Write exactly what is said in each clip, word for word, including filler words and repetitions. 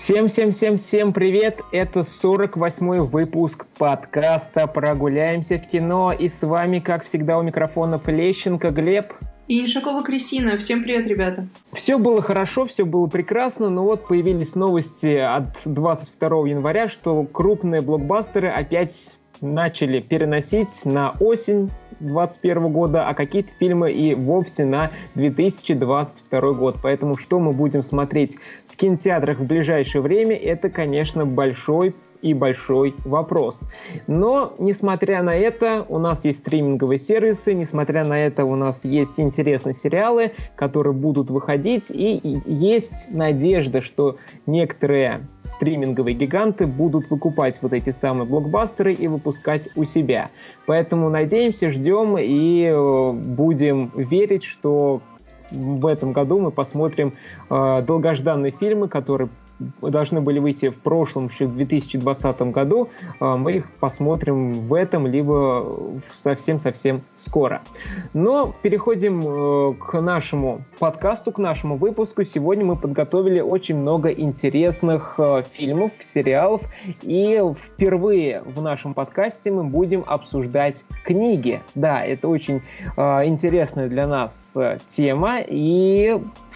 Всем-всем-всем-всем привет! Это сорок восьмой выпуск подкаста «Прогуляемся в кино». И с вами, как всегда, у микрофонов Лещенко Глеб. И Иншакова Кристина. Всем привет, ребята! Все было хорошо, все было прекрасно, но вот появились новости от двадцать второго января, что крупные блокбастеры опять начали переносить на осень двадцать первого года, а какие-то фильмы и вовсе на две тысячи двадцать второй год. Поэтому что мы будем смотреть в кинотеатрах в ближайшее время, это, конечно, большой и большой вопрос. Но, несмотря на это, у нас есть стриминговые сервисы, несмотря на это, у нас есть интересные сериалы, которые будут выходить, и есть надежда, что некоторые стриминговые гиганты будут выкупать вот эти самые блокбастеры и выпускать у себя. Поэтому надеемся, ждем и будем верить, что в этом году мы посмотрим э, долгожданные фильмы, которые должны были выйти в прошлом, еще в две тысячи двадцатом году. Мы их посмотрим в этом, либо совсем-совсем скоро. Но переходим к нашему подкасту, к нашему выпуску. Сегодня мы подготовили очень много интересных фильмов, сериалов. И впервые в нашем подкасте мы будем обсуждать книги. Да, это очень интересная для нас тема. И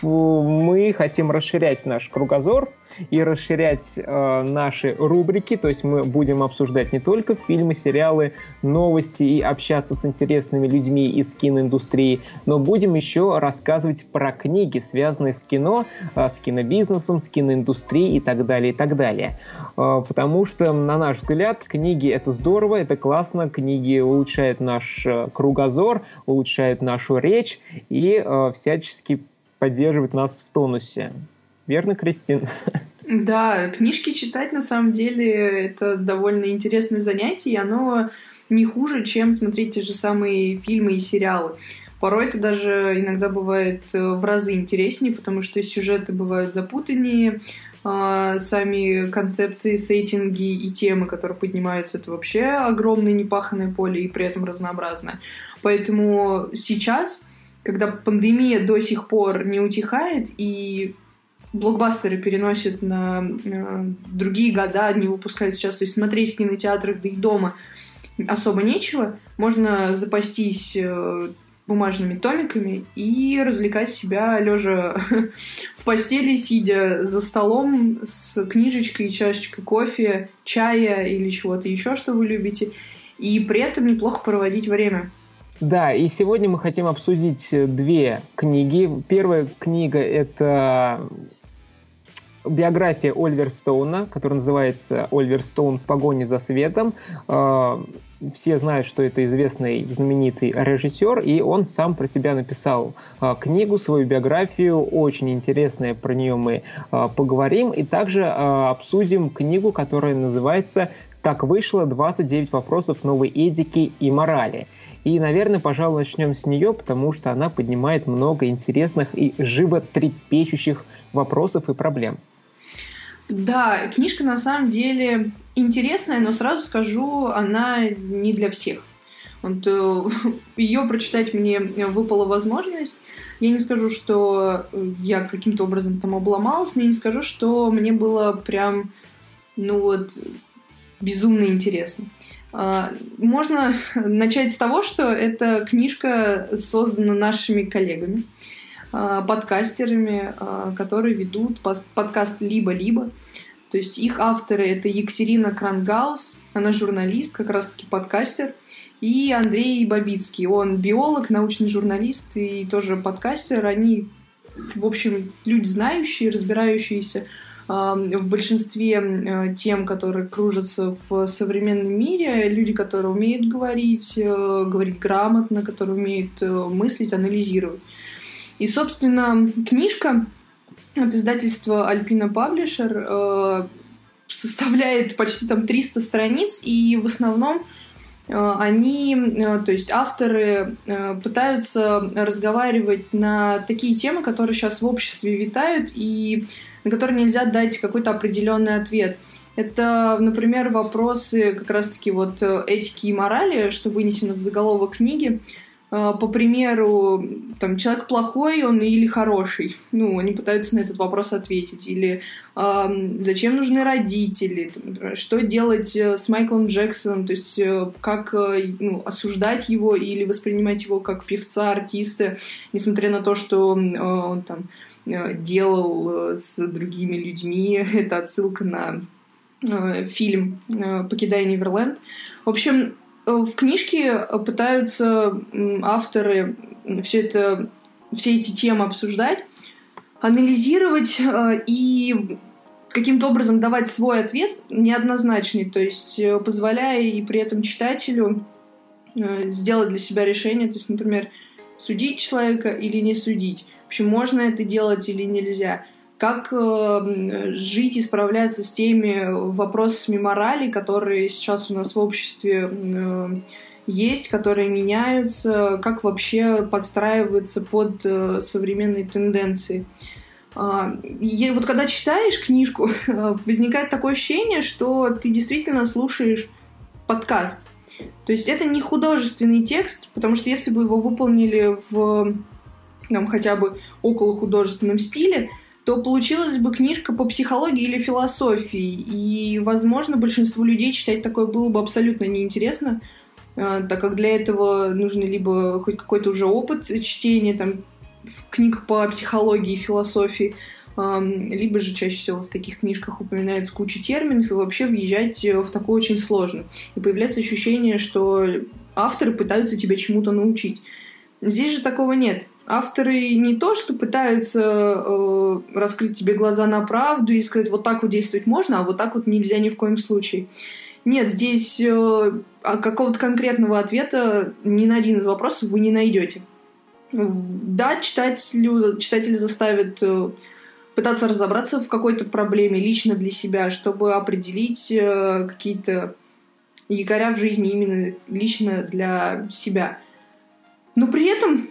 мы хотим расширять наш кругозор и расширять э, наши рубрики, то есть мы будем обсуждать не только фильмы, сериалы, новости и общаться с интересными людьми из киноиндустрии, но будем еще рассказывать про книги, связанные с кино, э, с кинобизнесом, с киноиндустрией и так далее, и так далее. Э, потому что, на наш взгляд, книги — это здорово, это классно, книги улучшают наш э, кругозор, улучшают нашу речь и э, всячески поддерживают нас в тонусе. Верно, Кристин? Да, книжки читать на самом деле это довольно интересное занятие, и оно не хуже, чем смотреть те же самые фильмы и сериалы. Порой это даже иногда бывает в разы интереснее, потому что сюжеты бывают запутаннее, сами концепции, сеттинги и темы, которые поднимаются, это вообще огромное непаханное поле и при этом разнообразное. Поэтому сейчас, когда пандемия до сих пор не утихает и блокбастеры переносят на, на другие года, не выпускают сейчас, то есть смотреть в кинотеатрах, да и дома особо нечего, можно запастись бумажными томиками и развлекать себя лежа в постели, сидя за столом с книжечкой, чашечкой кофе, чая или чего-то еще, что вы любите, и при этом неплохо проводить время. Да, и сегодня мы хотим обсудить две книги. Первая книга — это биография Оливера Стоуна, которая называется «Оливер Стоун в погоне за светом». Все знают, что это известный, знаменитый режиссер, и он сам про себя написал книгу, свою биографию. Очень интересная, про нее мы поговорим. И также обсудим книгу, которая называется «Так вышло. двадцать девять вопросов новой этики и морали». И, наверное, пожалуй, начнем с нее, потому что она поднимает много интересных и животрепещущих вопросов и проблем. Да, книжка на самом деле интересная, но сразу скажу, она не для всех. Вот, ее прочитать мне выпала возможность. Я не скажу, что я каким-то образом там обломалась, но я не скажу, что мне было прям, ну вот, безумно интересно. Можно начать с того, что эта книжка создана нашими коллегами, подкастерами, которые ведут подкаст «Либо-либо». То есть их авторы — это Екатерина Крангаус, она журналист, как раз-таки подкастер, и Андрей Бабицкий. Он биолог, научный журналист и тоже подкастер. Они, в общем, люди знающие, разбирающиеся в большинстве тем, которые кружатся в современном мире, люди, которые умеют говорить, говорить грамотно, которые умеют мыслить, анализировать. И, собственно, книжка от издательства Alpina Publisher составляет почти там триста страниц, и в основном они, то есть авторы, пытаются разговаривать на такие темы, которые сейчас в обществе витают, и на которые нельзя дать какой-то определенный ответ. Это, например, вопросы как раз-таки вот этики и морали, что вынесено в заголовок книги. по примеру, там, человек плохой, он или хороший. Ну, они пытаются на этот вопрос ответить. Или э, зачем нужны родители? Там, что делать с Майклом Джексоном? То есть э, как э, ну, осуждать его или воспринимать его как певца, артиста, несмотря на то, что э, он там э, делал э, с другими людьми. Это отсылка на э, фильм э, «Покидая Неверленд». В общем, в книжке пытаются авторы все, это, все эти темы обсуждать, анализировать и каким-то образом давать свой ответ неоднозначный, то есть позволяя и при этом читателю сделать для себя решение, то есть, например, судить человека или не судить. В общем, можно это делать или нельзя. Как э, жить и справляться с теми вопросами морали, которые сейчас у нас в обществе э, есть, которые меняются, как вообще подстраиваться под э, современные тенденции. Э, и вот когда читаешь книжку, возникает такое ощущение, что ты действительно слушаешь подкаст. То есть это не художественный текст, потому что если бы его выполнили в там, хотя бы около художественном стиле, то получилась бы книжка по психологии или философии. И, возможно, большинству людей читать такое было бы абсолютно неинтересно, так как для этого нужно либо хоть какой-то уже опыт чтения там, книг по психологии и философии, либо же чаще всего в таких книжках упоминается куча терминов, и вообще въезжать в такое очень сложно. И появляется ощущение, что авторы пытаются тебя чему-то научить. Здесь же такого нет. Авторы не то, что пытаются э, раскрыть тебе глаза на правду и сказать, вот так вот действовать можно, а вот так вот нельзя ни в коем случае. Нет, здесь э, какого-то конкретного ответа ни на один из вопросов вы не найдете. Да, читателю, читатель заставит э, пытаться разобраться в какой-то проблеме лично для себя, чтобы определить э, какие-то якоря в жизни именно лично для себя. Но при этом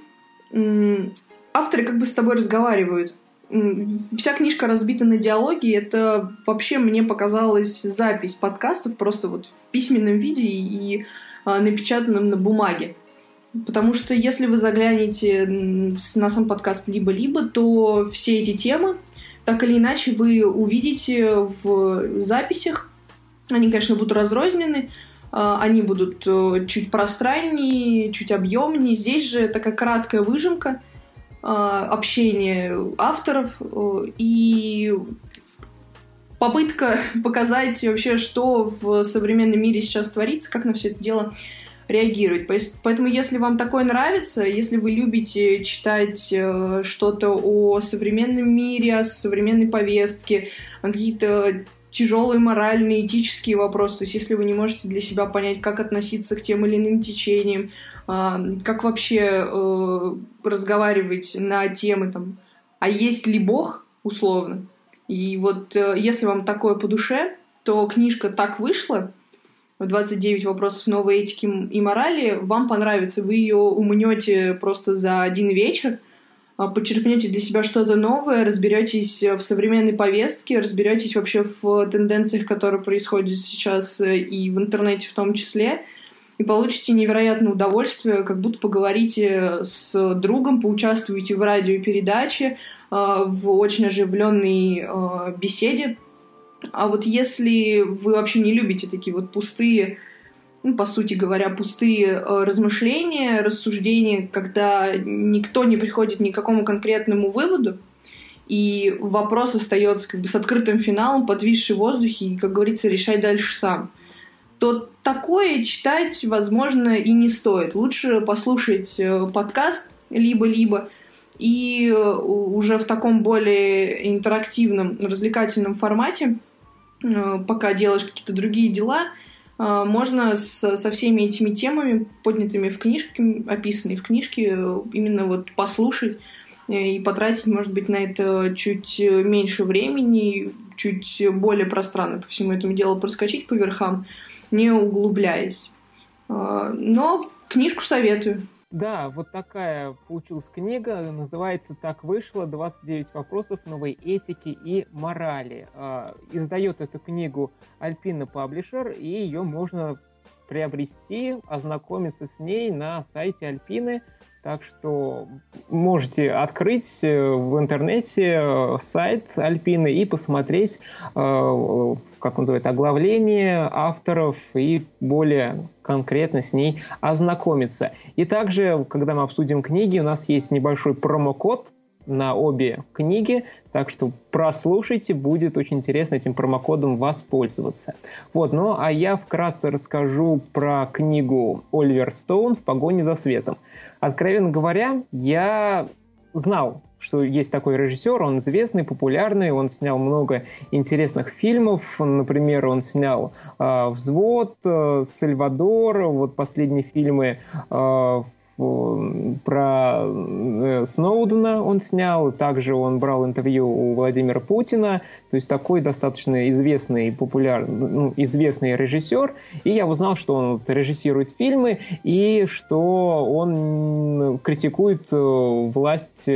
авторы как бы с тобой разговаривают. Вся книжка разбита на диалоги. Это вообще мне показалась запись подкастов просто вот в письменном виде и а, напечатанном на бумаге. Потому что если вы заглянете на сам подкаст либо-либо, то все эти темы, так или иначе, вы увидите в записях. Они, конечно, будут разрознены, они будут чуть пространнее, чуть объемнее. Здесь же такая краткая выжимка общения авторов и попытка показать вообще, что в современном мире сейчас творится, как на все это дело реагировать. Поэтому, если вам такое нравится, если вы любите читать что-то о современном мире, о современной повестке, о какие-то тяжелые моральные, этические вопросы. То есть если вы не можете для себя понять, как относиться к тем или иным течениям, как вообще разговаривать на темы, там, а есть ли Бог, условно. И вот если вам такое по душе, то книжка «Так вышла», двадцать девять вопросов новой этики и морали, вам понравится. Вы ее умнете просто за один вечер, подчеркнете для себя что-то новое, разберетесь в современной повестке, разберетесь вообще в тенденциях, которые происходят сейчас и в интернете в том числе, и получите невероятное удовольствие, как будто поговорите с другом, поучаствуете в радиопередаче, в очень оживленной беседе. А вот если вы вообще не любите такие вот пустые, ну, по сути говоря, пустые размышления, рассуждения, когда никто не приходит ни к какому конкретному выводу, и вопрос остается как бы с открытым финалом, подвисший в воздухе, и, как говорится, решай дальше сам, то такое читать, возможно, и не стоит. Лучше послушать подкаст либо-либо, и уже в таком более интерактивном, развлекательном формате, пока делаешь какие-то другие дела, можно с, со всеми этими темами, поднятыми в книжке, описанные в книжке, именно вот послушать и потратить, может быть, на это чуть меньше времени, чуть более пространно по всему этому делу проскочить по верхам, не углубляясь. Но книжку советую. Да, вот такая получилась книга, называется «Так вышло. двадцать девять вопросов новой этики и морали». Издает эту книгу Alpina Publisher, и ее можно приобрести, ознакомиться с ней на сайте Альпины. Так что можете открыть в интернете сайт Альпины и посмотреть, как он называется, оглавление авторов и более конкретно с ней ознакомиться. И также, когда мы обсудим книги, у нас есть небольшой промокод на обе книги, так что прослушайте, будет очень интересно этим промокодом воспользоваться. Вот, ну а я вкратце расскажу про книгу Оливер Стоун «В погоне за светом». Откровенно говоря, я знал, что есть такой режиссер, он известный, популярный, он снял много интересных фильмов, например, он снял э, «Взвод», э, «Сальвадор», вот последние фильмы э, про Сноудена он снял, также он брал интервью у Владимира Путина, то есть такой достаточно известный, популярный, ну, известный режиссер, и я узнал, что он вот режиссирует фильмы и что он критикует власть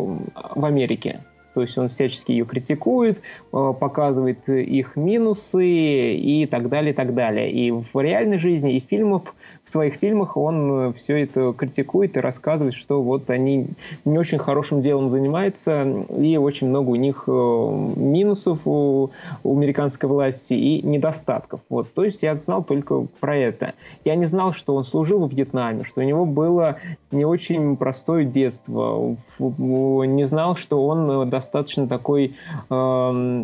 в Америке. То есть он всячески ее критикует, показывает их минусы и так далее, и так далее. И в реальной жизни, и в фильмах, в своих фильмах он все это критикует и рассказывает, что вот они не очень хорошим делом занимаются, и очень много у них минусов у, у американской власти и недостатков. Вот. То есть я знал только про это. Я не знал, что он служил во Вьетнаме, что у него было не очень простое детство. Не знал, что он достаточно достаточно такой э,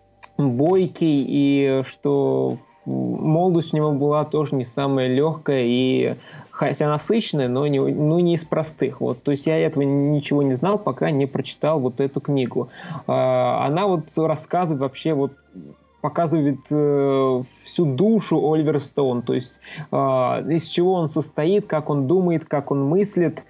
бойкий, и что молодость у него была тоже не самая легкая, и хотя насыщенная, но не, ну, не из простых. Вот. То есть я этого ничего не знал, пока не прочитал вот эту книгу. Э, она вот рассказывает вообще вот показывает э, всю душу Оливера Стоун, то есть э, из чего он состоит, как он думает, как он мыслит,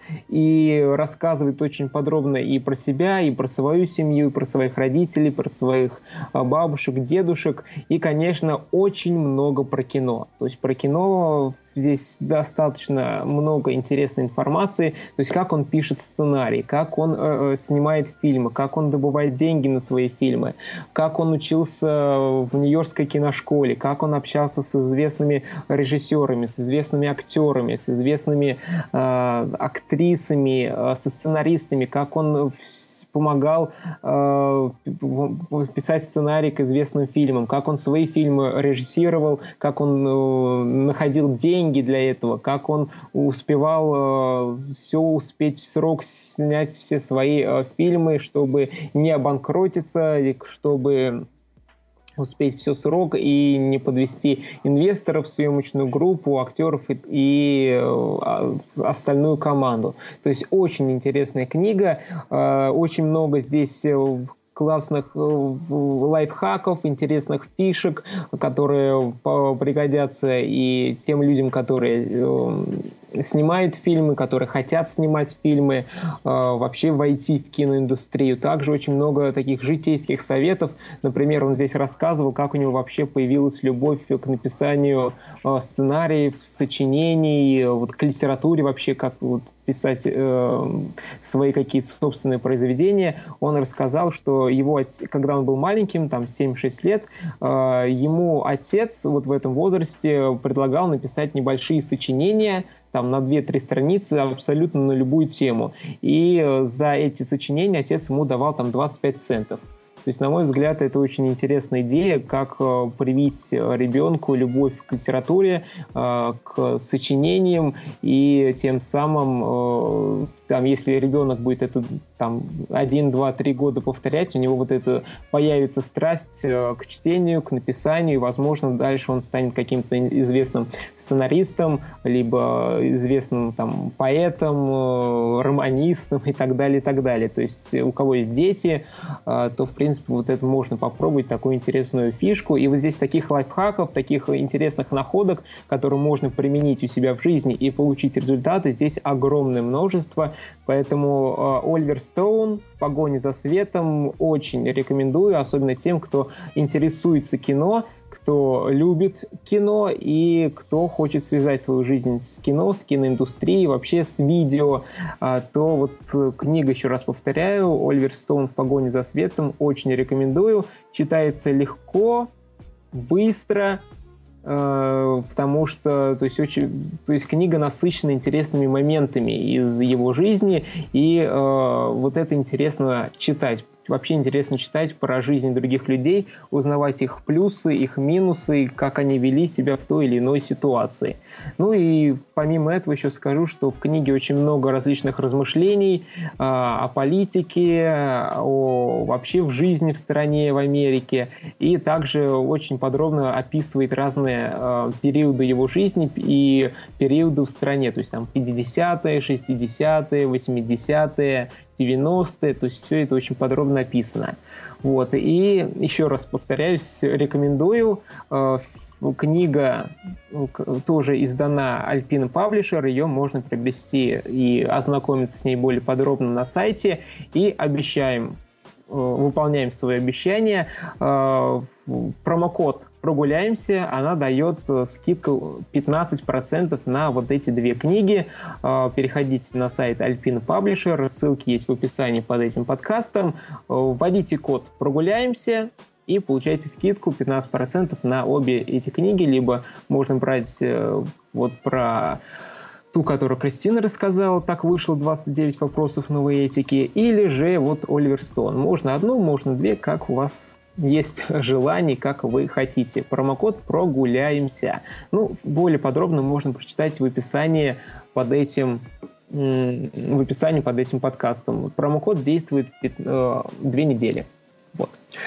и рассказывает очень подробно и про себя, и про свою семью, и про своих родителей, про своих э, бабушек, дедушек, и, конечно, очень много про кино. То есть про кино здесь достаточно много интересной информации, то есть как он пишет сценарий, как он э, снимает фильмы, как он добывает деньги на свои фильмы, как он учился в Нью-Йоркской киношколе, как он общался с известными режиссерами, с известными актерами, с известными э, актрисами, э, со сценаристами, как он помогал э, писать сценарий к известным фильмам, как он свои фильмы режиссировал, как он э, находил деньги для этого, как он успевал э, все успеть в срок снять все свои э, фильмы, чтобы не обанкротиться, чтобы успеть все срок и не подвести инвесторов, съемочную группу, актеров и, и э, остальную команду. То есть очень интересная книга, э, очень много здесь э, классных лайфхаков, интересных фишек, которые пригодятся и тем людям, которые снимают фильмы, которые хотят снимать фильмы, вообще войти в киноиндустрию. Также очень много таких житейских советов. Например, он здесь рассказывал, как у него вообще появилась любовь к написанию сценариев, сочинений, вот к литературе вообще, как вот писать э, свои какие-то собственные произведения. Он рассказал, что его, когда он был маленьким, там семь-шесть лет, э, ему отец вот в этом возрасте предлагал написать небольшие сочинения, там на две-три страницы абсолютно на любую тему. И за эти сочинения отец ему давал там двадцать пять центов. То есть, на мой взгляд, это очень интересная идея, как э, привить ребенку любовь к литературе, э, к сочинениям, и тем самым, э, там, если ребенок будет это там, один, два, три года повторять, у него вот это появится страсть э, к чтению, к написанию, и, возможно, дальше он станет каким-то известным сценаристом, либо известным там, поэтом, э, романистом и так далее, и так далее. То есть, у кого есть дети, э, то, в принципе, вот это можно попробовать, такую интересную фишку. И вот здесь таких лайфхаков, таких интересных находок, которые можно применить у себя в жизни и получить результаты, здесь огромное множество. Поэтому э, Оливер Стоун «В погоне за светом» очень рекомендую, особенно тем, кто интересуется кино, кто любит кино и кто хочет связать свою жизнь с кино, с киноиндустрией, вообще с видео, то вот книга, еще раз повторяю, Оливер Стоун «В погоне за светом», очень рекомендую. Читается легко, быстро, э, потому что то есть, очень, то есть книга насыщена интересными моментами из его жизни, и э, вот это интересно читать. Вообще интересно читать про жизнь других людей, узнавать их плюсы, их минусы, как они вели себя в той или иной ситуации. Ну и помимо этого еще скажу, что в книге очень много различных размышлений э, о политике, о вообще в жизни в стране, в Америке, и также очень подробно описывает разные э, периоды его жизни и периоды в стране, то есть там пятидесятые, шестидесятые, восьмидесятые, девяностые, то есть все это очень подробно написано. Вот. И еще раз повторяюсь, рекомендую. Э, книга тоже издана Alpine Publisher, ее можно приобрести и ознакомиться с ней более подробно на сайте. И обещаем, выполняем свои обещания. Промокод «Прогуляемся», она дает скидку пятнадцать процентов на вот эти две книги. Переходите на сайт Alpine Publisher, ссылки есть в описании под этим подкастом. Вводите код «Прогуляемся» и получаете скидку пятнадцать процентов на обе эти книги. Либо можно брать вот про ту, которую Кристина рассказала, так вышло двадцать девять вопросов новой этики, или же вот Оливер Стоун. Можно одну, можно две, как у вас есть желание, как вы хотите. Промокод «Прогуляемся». Ну, более подробно можно прочитать в описании под этим, в описании под этим подкастом. Промокод действует две недели. Вот.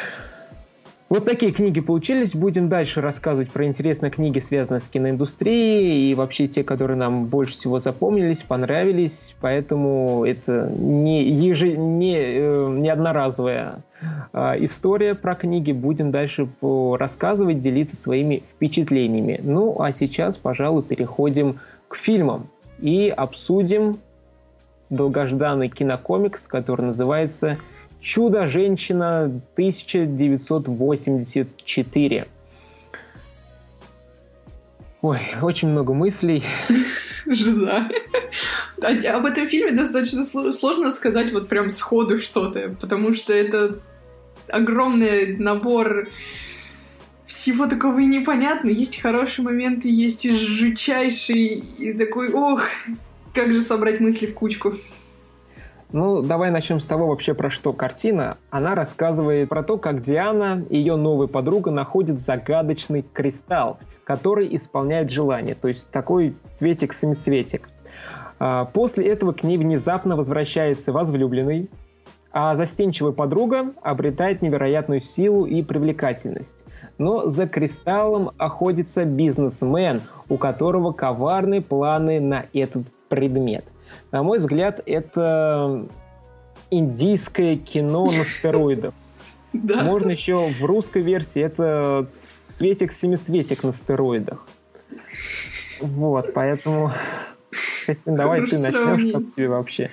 Вот такие книги получились. Будем дальше рассказывать про интересные книги, связанные с киноиндустрией, и вообще те, которые нам больше всего запомнились, понравились. Поэтому это не, еже, не, э, не одноразовая э, история про книги. Будем дальше рассказывать, делиться своими впечатлениями. Ну, а сейчас, пожалуй, переходим к фильмам и обсудим долгожданный кинокомикс, который называется «Чудо-женщина» тысяча девятьсот восемьдесят четыре. Ой, очень много мыслей. Жиза. Об этом фильме достаточно сложно сказать вот прям сходу что-то, потому что это огромный набор всего такого и непонятного. Есть хорошие моменты, есть и жутчайший, и такой, ох, как же собрать мысли в кучку. Ну, давай начнем с того вообще, про что картина. Она рассказывает про то, как Диана и ее новая подруга находят загадочный кристалл, который исполняет желание, то есть такой цветик-семицветик. После этого к ней внезапно возвращается возлюбленный, а застенчивая подруга обретает невероятную силу и привлекательность. Но за кристаллом охотится бизнесмен, у которого коварные планы на этот предмет. На мой взгляд, это индийское кино на стероидах. Да. Можно еще в русской версии это цветик-семицветик на стероидах. Вот, поэтому, Кристина, давай ты начнешь, как тебе вообще?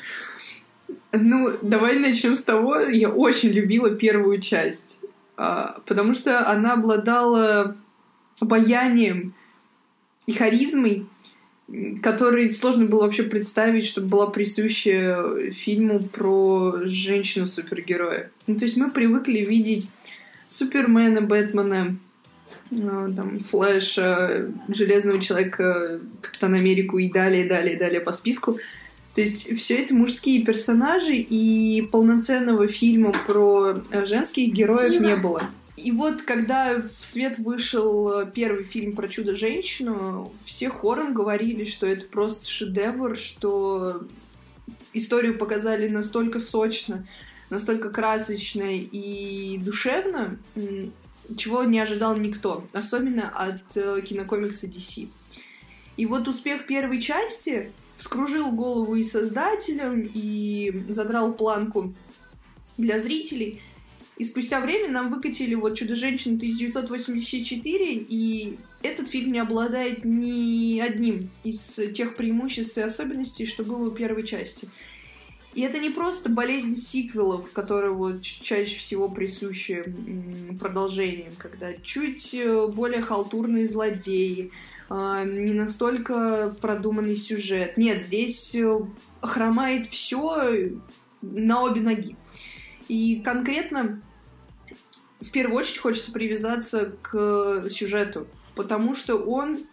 Ну, давай начнем с того, я очень любила первую часть, потому что она обладала обаянием и харизмой, который сложно было вообще представить, чтобы была присуща фильму про женщину-супергероя. Ну, то есть мы привыкли видеть Супермена, Бэтмена, там, Флэша, Железного Человека, Капитана Америку и далее, далее, далее по списку. То есть все это мужские персонажи, и полноценного фильма про женских героев не было. И вот, когда в свет вышел первый фильм про Чудо-женщину, все хором говорили, что это просто шедевр, что историю показали настолько сочно, настолько красочно и душевно, чего не ожидал никто, особенно от кинокомикса ди си. И вот успех первой части вскружил голову и создателям, и задрал планку для зрителей. И спустя время нам выкатили вот «Чудо-женщину» тысяча девятьсот восемьдесят четыре, и этот фильм не обладает ни одним из тех преимуществ и особенностей, что было у первой части. И это не просто болезнь сиквелов, которые вот чаще всего присущи продолжениям, когда чуть более халтурные злодеи, не настолько продуманный сюжет. Нет, здесь хромает все на обе ноги. И конкретно в первую очередь хочется привязаться к сюжету, потому что он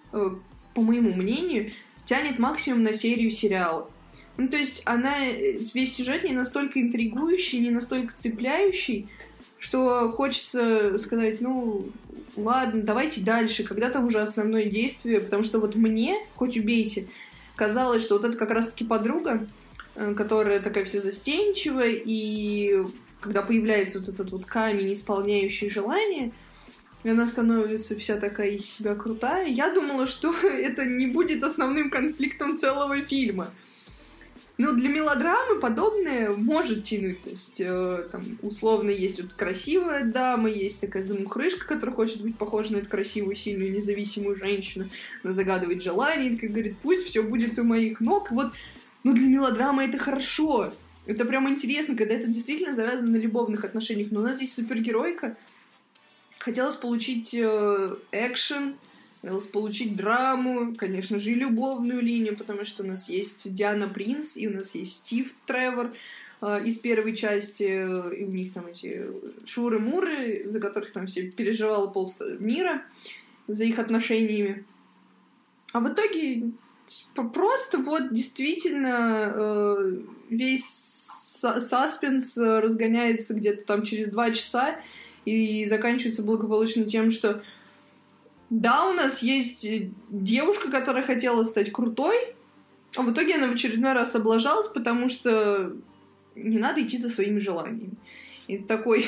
по моему мнению, тянет максимум на серию сериала. Ну, то есть она, весь сюжет не настолько интригующий, не настолько цепляющий, что хочется сказать, ну, ладно, давайте дальше, когда там уже основное действие, потому что вот мне, хоть убейте, казалось, что вот это как раз-таки подруга, которая такая вся застенчивая, и когда появляется вот этот вот камень, исполняющий желание, она становится вся такая из себя крутая. Я думала, что это не будет основным конфликтом целого фильма. Но для мелодрамы подобное может тянуть. То есть, э, там, условно, есть вот красивая дама, есть такая замухрышка, которая хочет быть похожа на эту красивую, сильную, независимую женщину. Она загадывает желание, и говорит, пусть все будет у моих ног. Вот, ну, для мелодрамы это хорошо. Это прямо интересно, когда это действительно завязано на любовных отношениях. Но у нас здесь супергеройка. Хотелось получить э, экшен, хотелось получить драму, конечно же, и любовную линию, потому что у нас есть Диана Принц, и у нас есть Стив Тревор э, из первой части, и у них там эти шуры-муры, за которых там все переживало полмира, за их отношениями. А в итоге просто вот действительно э, весь саспенс разгоняется где-то там через два часа, и заканчивается благополучно тем, что да, у нас есть девушка, которая хотела стать крутой, а в итоге она в очередной раз облажалась, потому что не надо идти за своими желаниями. И такой,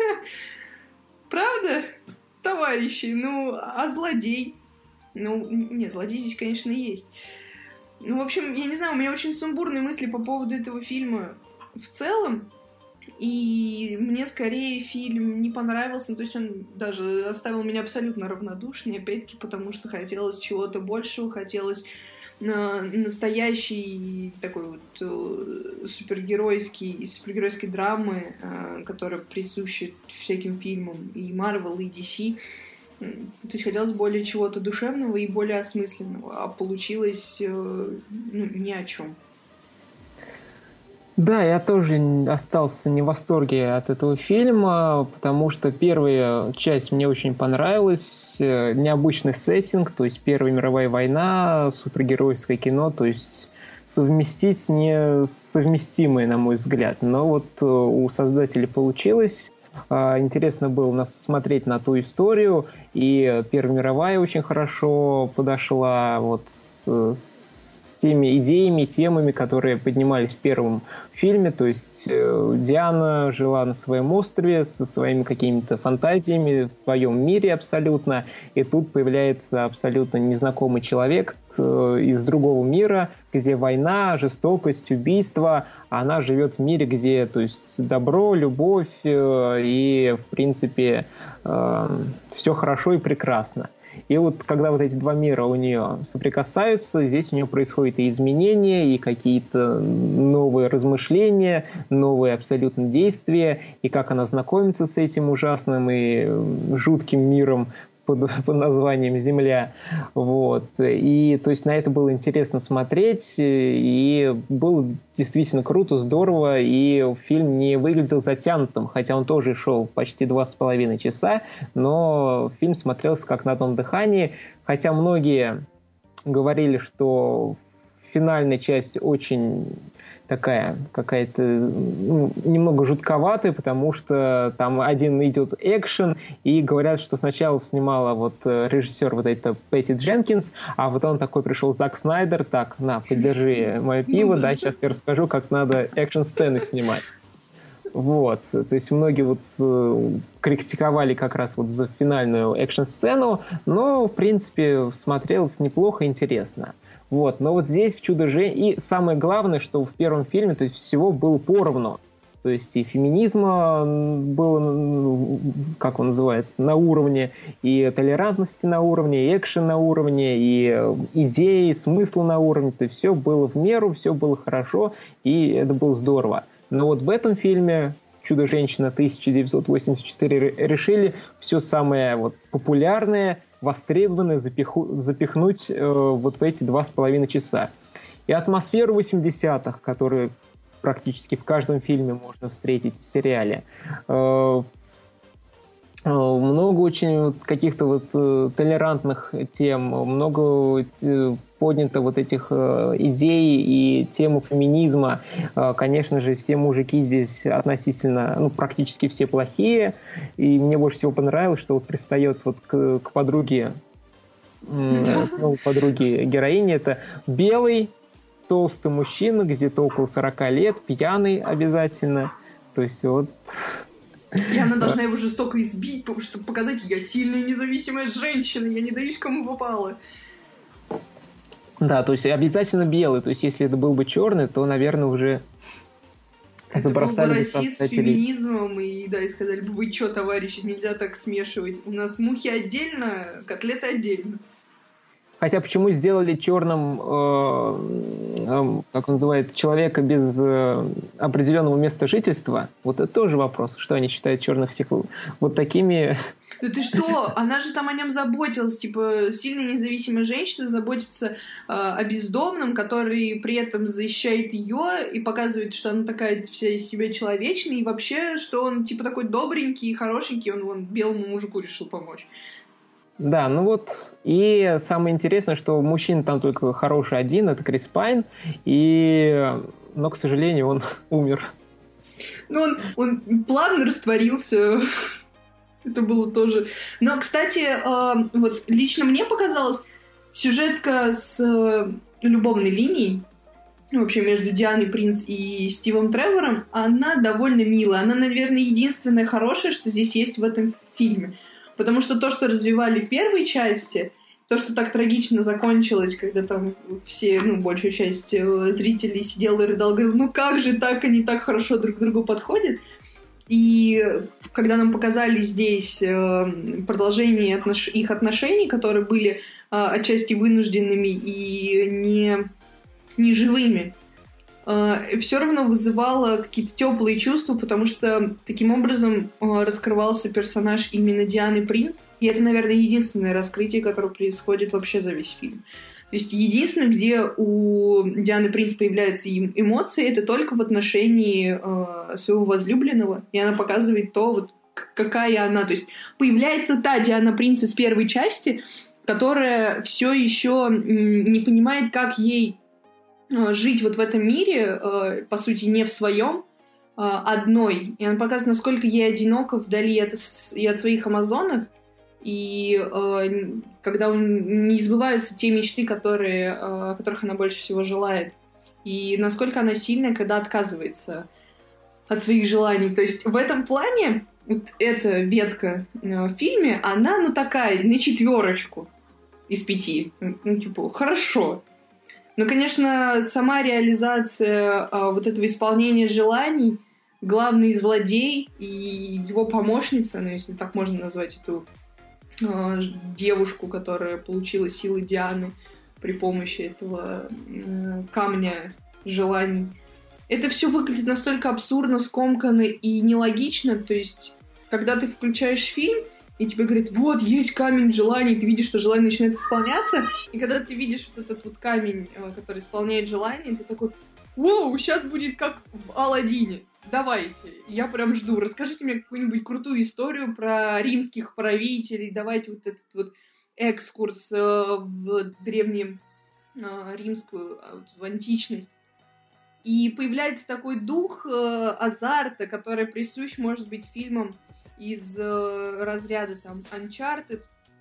правда, товарищи, ну, а злодей? Ну, не, злодей здесь, конечно, есть. Ну, в общем, я не знаю, у меня очень сумбурные мысли по поводу этого фильма в целом. И мне скорее фильм не понравился, то есть он даже оставил меня абсолютно равнодушной, опять-таки потому что хотелось чего-то большего, хотелось э, настоящей такой вот э, супергеройский, супергеройской драмы, э, которая присуща всяким фильмам и Marvel, и ди си. То есть хотелось более чего-то душевного и более осмысленного, а получилось э, ну, ни о чем. Да, я тоже остался не в восторге от этого фильма, потому что первая часть мне очень понравилась. Необычный сеттинг, то есть Первая мировая война, супергеройское кино, то есть совместить несовместимые, на мой взгляд. Но вот у создателей получилось. Интересно было смотреть на ту историю, и Первая мировая очень хорошо подошла вот с, с теми идеями, темами, которые поднимались в первом фильме. То есть э, Диана жила на своем острове со своими какими-то фантазиями в своем мире абсолютно, и тут появляется абсолютно незнакомый человек э, из другого мира, где война, жестокость, убийство, а она живет в мире, где, то есть, добро, любовь э, и, в принципе, э, все хорошо и прекрасно. И вот когда вот эти два мира у нее соприкасаются, здесь у нее происходят и изменения, и какие-то новые размышления, новые абсолютно действия, и как она знакомится с этим ужасным и жутким миром под, под названием «Земля». Вот. И то есть на это было интересно смотреть, и было действительно круто, здорово, и фильм не выглядел затянутым, хотя он тоже шел почти два с половиной часа, но фильм смотрелся как на одном дыхании, хотя многие говорили, что финальная часть очень такая какая-то ну, немного жутковатая, потому что там один идет экшен, и говорят, что сначала снимала вот режиссер вот это Пэтти Дженкинс, а вот он такой пришел, Зак Снайдер, так, на, подержи мое пиво, да, сейчас я расскажу, как надо экшн-сцены снимать. Вот, то есть многие вот критиковали как раз вот за финальную экшн-сцену, но, в принципе, смотрелось неплохо и интересно. Вот, но вот здесь в «Чудо-женщине» и самое главное, что в первом фильме, то есть всего было поровну. То есть и феминизма было, как он называет, на уровне, и толерантности на уровне, и экшен на уровне, и идеи, смысла на уровне. То есть все было в меру, все было хорошо, и это было здорово. Но вот в этом фильме «Чудо-женщина» тысяча девятьсот восемьдесят четыре решили все самое вот популярное, востребованное запиху, запихнуть э, вот в эти два с половиной часа. И атмосферу восьмидесятых, которую практически в каждом фильме можно встретить в сериале, э, много очень вот каких-то вот э, толерантных тем, много э, поднято вот этих э, идей и тему феминизма. Э, конечно же, все мужики здесь относительно, ну, практически все плохие. И мне больше всего понравилось, что вот пристает вот к, к подруге, э, к новой подруге героини. Это белый, толстый мужчина, где-то около сорока лет, пьяный обязательно. То есть вот... И она должна его жестоко избить, чтобы показать, я сильная независимая женщина, я не даюсь, кому попало. Да, то есть обязательно белый. То есть если это был бы черный, то, наверное, уже это забросали бы расист с феминизмом, и, да, и сказали бы, вы что, товарищи, нельзя так смешивать. У нас мухи отдельно, котлеты отдельно. Хотя почему сделали черным, э, э, как он называет, человека без э, определенного места жительства? Вот это тоже вопрос, что они считают черных всех вот такими. Да ты что? Она же там о нем заботилась, типа сильная независимая женщина заботится э, о бездомном, который при этом защищает ее и показывает, что она такая вся из себя человечная, и вообще, что он типа такой добренький и хорошенький, он вон белому мужику решил помочь. Да, ну вот, и самое интересное, что мужчина там только хороший один, это Крис Пайн, и, но, к сожалению, он умер. Ну, он, он плавно растворился, это было тоже... Но, кстати, э, вот лично мне показалось, сюжетка с э, любовной линией, вообще между Дианой Принц и Стивом Тревором, она довольно милая, она, наверное, единственное хорошее, что здесь есть в этом фильме. Потому что то, что развивали в первой части, то, что так трагично закончилось, когда там все, ну, большая часть зрителей сидела и рыдала, говорила, ну как же так, они так хорошо друг к другу подходят. И когда нам показали здесь продолжение отнош... их отношений, которые были отчасти вынужденными и не, не живыми, все равно вызывало какие-то теплые чувства, потому что таким образом раскрывался персонаж именно Дианы Принц. И это, наверное, единственное раскрытие, которое происходит вообще за весь фильм. То есть единственное, где у Дианы Принц появляются эмоции, это только в отношении э, своего возлюбленного. И она показывает то, вот, какая она. То есть появляется та Диана Принц из первой части, которая все еще не понимает, как ей жить вот в этом мире, по сути, не в своем, одной. И она показывает, насколько ей одиноко вдали от, и от своих амазонок. И когда не сбываются те мечты, которые, которых она больше всего желает. И насколько она сильная, когда отказывается от своих желаний. То есть в этом плане вот эта ветка в фильме, она, ну, такая, на четверочку из пяти. Ну, типа, хорошо. Но, конечно, сама реализация а, вот этого исполнения желаний, главный злодей и его помощница, ну, если так можно назвать эту а, девушку, которая получила силы Дианы при помощи этого а, камня желаний, это все выглядит настолько абсурдно, скомканно и нелогично. То есть, когда ты включаешь фильм, и тебе говорят, вот, есть камень желаний, ты видишь, что желание начинает исполняться, и когда ты видишь вот этот вот камень, который исполняет желание, ты такой, воу, сейчас будет как в Аладдине, давайте, я прям жду, расскажите мне какую-нибудь крутую историю про римских правителей, давайте вот этот вот экскурс в древнем римскую, в античность. И появляется такой дух азарта, который присущ, может быть, фильмам из э, разряда там Uncharted,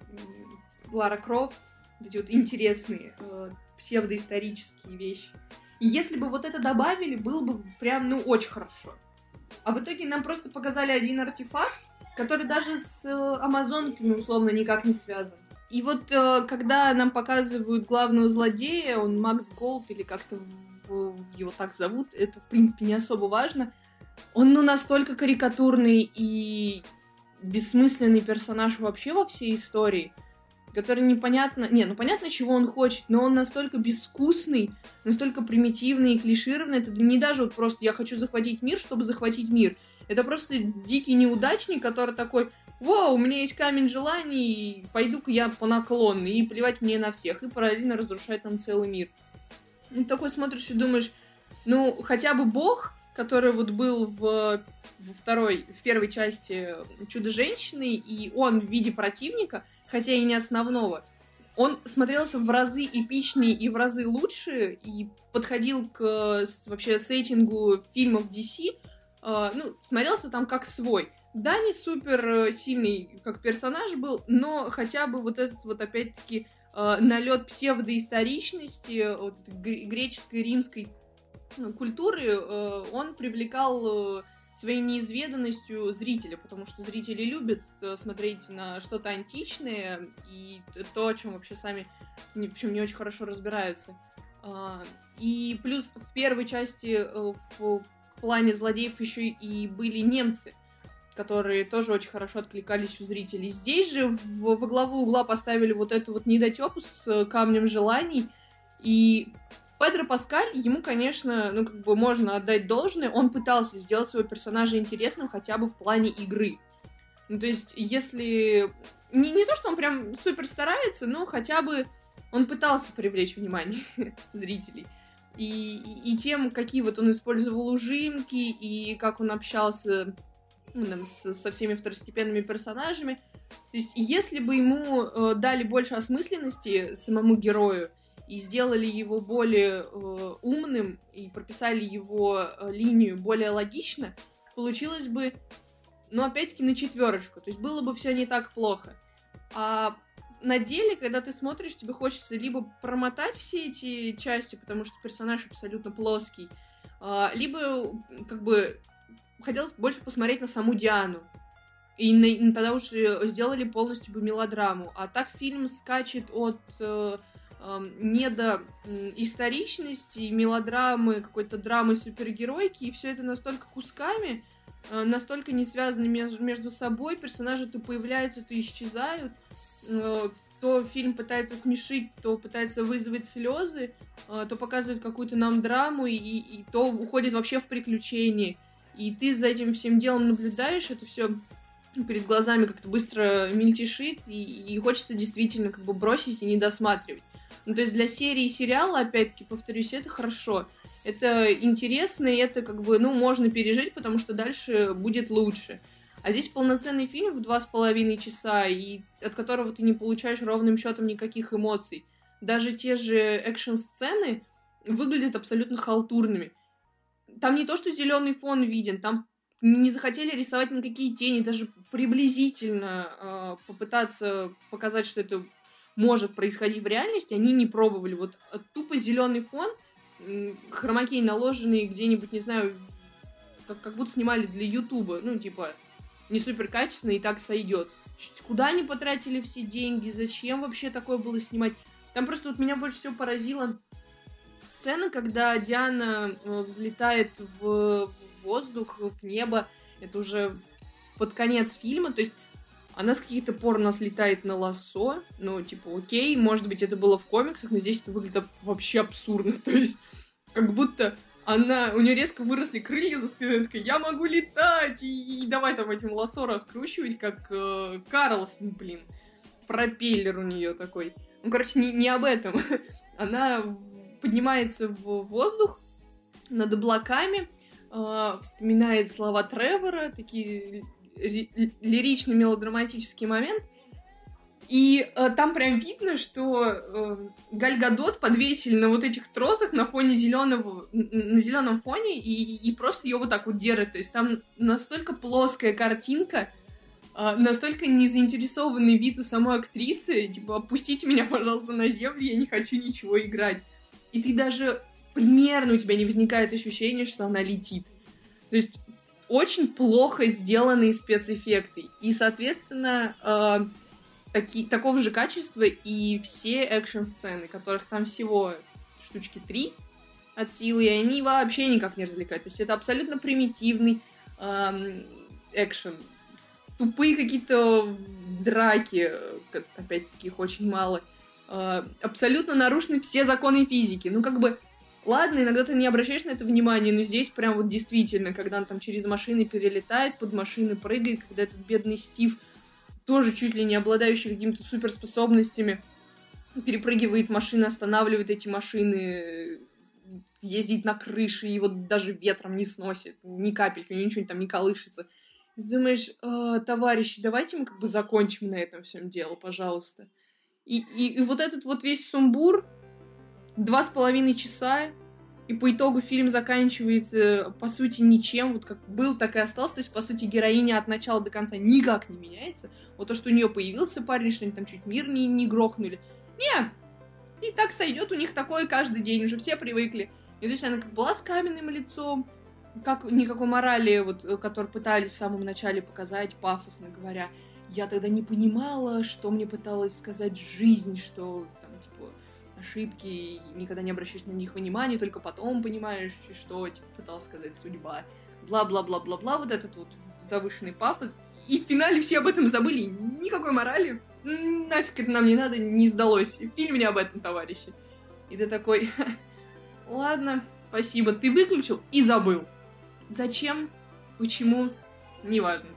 Лара Крофт, вот эти вот интересные э, псевдоисторические вещи. И если бы вот это добавили, было бы прям, ну, очень хорошо. А в итоге нам просто показали один артефакт, который даже с э, амазонками условно никак не связан. И вот э, когда нам показывают главного злодея, он Макс Голд или как-то в, его так зовут, это в принципе не особо важно. Он, ну, настолько карикатурный и бессмысленный персонаж вообще во всей истории, который непонятно... Не, ну понятно, чего он хочет, но он настолько безвкусный, настолько примитивный и клишированный. Это не даже вот просто «я хочу захватить мир, чтобы захватить мир». Это просто дикий неудачник, который такой: «Вау, у меня есть камень желаний, пойду-ка я по наклонной, и плевать мне на всех», и параллельно разрушает нам целый мир. И такой смотришь и думаешь, ну, хотя бы Бог который вот был в, во второй, в первой части «Чудо-женщины», и он в виде противника, хотя и не основного, он смотрелся в разы эпичнее и в разы лучше, и подходил к вообще сеттингу фильмов ди си, э, ну, смотрелся там как свой. Да, не супер сильный как персонаж был, но хотя бы вот этот вот опять-таки э, налет псевдоисторичности, вот, греческой, римской культуры, э, он привлекал э, своей неизведанностью зрителя, потому что зрители любят смотреть на что-то античное и то, о чем вообще сами в чем не очень хорошо разбираются. И плюс в первой части в плане злодеев еще и были немцы, которые тоже очень хорошо откликались у зрителей. Здесь же во главу угла поставили вот эту вот недотепу с камнем желаний, и Педро Паскаль, ему, конечно, ну, как бы можно отдать должное, он пытался сделать своего персонажа интересным хотя бы в плане игры. Ну, то есть, если... Не, не то, что он прям супер старается, но хотя бы он пытался привлечь внимание зрителей. И, и, и тем, какие вот он использовал ужимки, и как он общался ну, там, с, со всеми второстепенными персонажами. То есть, если бы ему э, дали больше осмысленности самому герою, и сделали его более э, умным, и прописали его э, линию более логично, получилось бы, ну, опять-таки, на четверочку. То есть было бы все не так плохо. А на деле, когда ты смотришь, тебе хочется либо промотать все эти части, потому что персонаж абсолютно плоский, э, либо, как бы, хотелось больше посмотреть на саму Диану. И, на, и тогда уже сделали полностью бы мелодраму. А так фильм скачет от... Э, не до историчности, мелодрамы, какой-то драмы супергеройки, и все это настолько кусками, настолько не связаны между собой, персонажи то появляются, то исчезают, то фильм пытается смешить, то пытается вызвать слезы, то показывает какую-то нам драму, и, и то уходит вообще в приключения. И ты за этим всем делом наблюдаешь, это все перед глазами как-то быстро мельтешит, и, и хочется действительно как бы бросить и не досматривать. Ну, то есть для серии и сериала, опять-таки, повторюсь, это хорошо. Это интересно, и это как бы, ну, можно пережить, потому что дальше будет лучше. А здесь полноценный фильм в два с половиной часа, и от которого ты не получаешь ровным счетом никаких эмоций. Даже те же экшн-сцены выглядят абсолютно халтурными. Там не то, что зеленый фон виден, там не захотели рисовать никакие тени, даже приблизительно э, попытаться показать, что это может происходить в реальности, они не пробовали. Вот тупо зеленый фон, хромакей наложенный где-нибудь, не знаю, как, как будто снимали для Ютуба, ну, типа, не супер качественно и так сойдет. Куда они потратили все деньги, зачем вообще такое было снимать? Там просто вот меня больше всего поразила сцена, когда Диана взлетает в воздух, в небо, это уже под конец фильма, то есть она с каких-то пор у нас летает на лассо, ну, типа, окей, может быть, это было в комиксах, но здесь это выглядит вообще абсурдно, то есть, как будто она, у нее резко выросли крылья за спиной, она такая, я могу летать, и, и давай там этим лассо раскручивать, как э, Карлсон, блин, пропеллер у нее такой. Ну, короче, не, не об этом. Она поднимается в воздух над облаками, э, вспоминает слова Тревора, такие... лиричный мелодраматический момент. И э, там прям видно, что э, Галь Гадот подвесили на вот этих тросах на фоне зеленого, на зеленом фоне и, и просто ее вот так вот держат. То есть там настолько плоская картинка, э, настолько незаинтересованный вид у самой актрисы, типа, опустите меня, пожалуйста, на землю, я не хочу ничего играть. И ты даже примерно у тебя не возникает ощущение, что она летит. То есть очень плохо сделанные спецэффекты. И, соответственно, э, таки, такого же качества и все экшн-сцены, которых там всего штучки три от силы, и они вообще никак не развлекают. То есть это абсолютно примитивный э, экшен. Тупые какие-то драки, опять-таки их очень мало. Э, абсолютно нарушены все законы физики. Ну, как бы... Ладно, иногда ты не обращаешь на это внимания, но здесь прям вот действительно, когда он там через машины перелетает, под машины прыгает, когда этот бедный Стив, тоже чуть ли не обладающий какими-то суперспособностями, перепрыгивает машины, останавливает эти машины, ездит на крыше, и вот даже ветром не сносит, ни капельки, у него ничего там не колышется. И ты думаешь, э, товарищи, давайте мы как бы закончим на этом всем дело, пожалуйста. И, и, и вот этот вот весь сумбур, два с половиной часа, и по итогу фильм заканчивается, по сути, ничем. Вот как был, так и остался. То есть, по сути, героиня от начала до конца никак не меняется. Вот то, что у нее появился парень, что они там чуть мир не, не грохнули. Не, и так сойдет у них такое каждый день. Уже все привыкли. И то есть она как была с каменным лицом, как никакой морали, вот, которую пытались в самом начале показать, пафосно говоря. Я тогда не понимала, что мне пыталась сказать жизнь, что там, типа, ошибки, и никогда не обращаешь на них внимания, только потом понимаешь, что, типа, пыталась сказать судьба. Бла-бла-бла-бла-бла, вот этот вот завышенный пафос. И в финале все об этом забыли, никакой морали. Нафиг это нам не надо, не сдалось. Фильм не об этом, товарищи. И ты такой, ладно, спасибо, ты выключил и забыл. Зачем? Почему? Неважно.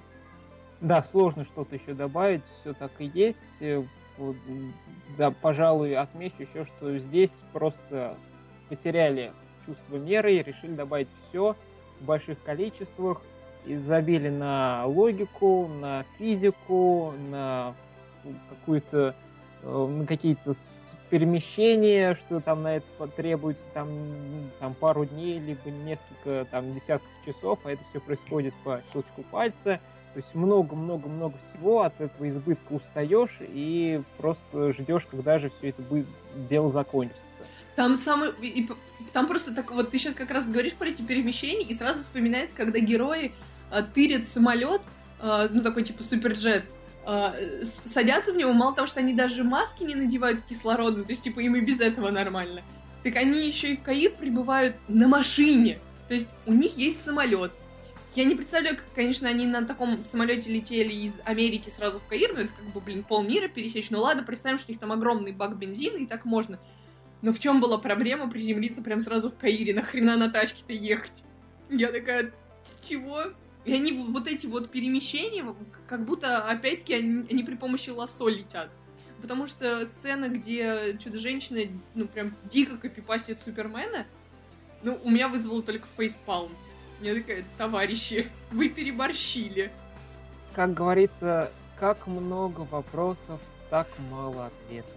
Да, сложно что-то еще добавить, все так и есть. Вот, да, пожалуй, отмечу еще, что здесь просто потеряли чувство меры и решили добавить все в больших количествах и забили на логику, на физику, на какую-то, на какие-то перемещения, что там на это потребуется там, там пару дней, либо несколько там десятков часов, а это все происходит по щелчку пальца. То есть много-много-много всего, от этого избытка устаешь и просто ждешь, когда же все это будет, дело закончится. Там самый... И, там просто так вот, ты сейчас как раз говоришь про эти перемещения, и сразу вспоминается, когда герои а, тырят самолет, а, ну такой типа суперджет, а, садятся в него, мало того, что они даже маски не надевают кислородные, то есть типа им и без этого нормально, так они еще и в Каир прибывают на машине. То есть у них есть самолет. Я не представляю, как, конечно, они на таком самолете летели из Америки сразу в Каир, но это как бы, блин, полмира пересечь. Ну ладно, представим, что у них там огромный бак бензина, и так можно. Но в чем была проблема приземлиться прям сразу в Каире? Нахрена на тачке-то ехать? Я такая, чего? И они вот эти вот перемещения, как будто, опять-таки, они, они при помощи лассо летят. Потому что сцена, где Чудо-женщина, ну, прям дико копипастит Супермена, ну, у меня вызвало только фейспалм. Я такая, товарищи, вы переборщили. Как говорится, как много вопросов, так мало ответов.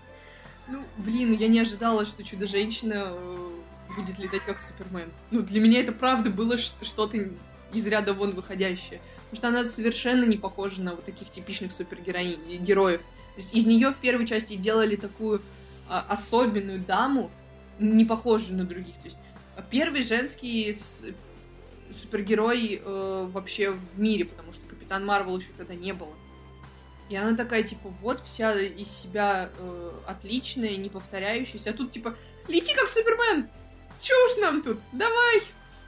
Ну, блин, я не ожидала, что Чудо-женщина э, будет летать как Супермен. Ну, для меня это правда было что-то из ряда вон выходящее. Потому что она совершенно не похожа на вот таких типичных супергероинь, героев. То есть из нее в первой части делали такую э, особенную даму, не похожую на других. То есть первый женский супергерой э, вообще в мире, потому что Капитан Марвел еще тогда не было. И она такая, типа, вот, вся из себя э, отличная, не повторяющаяся. А тут, типа, лети как Супермен! Чё уж нам тут? Давай!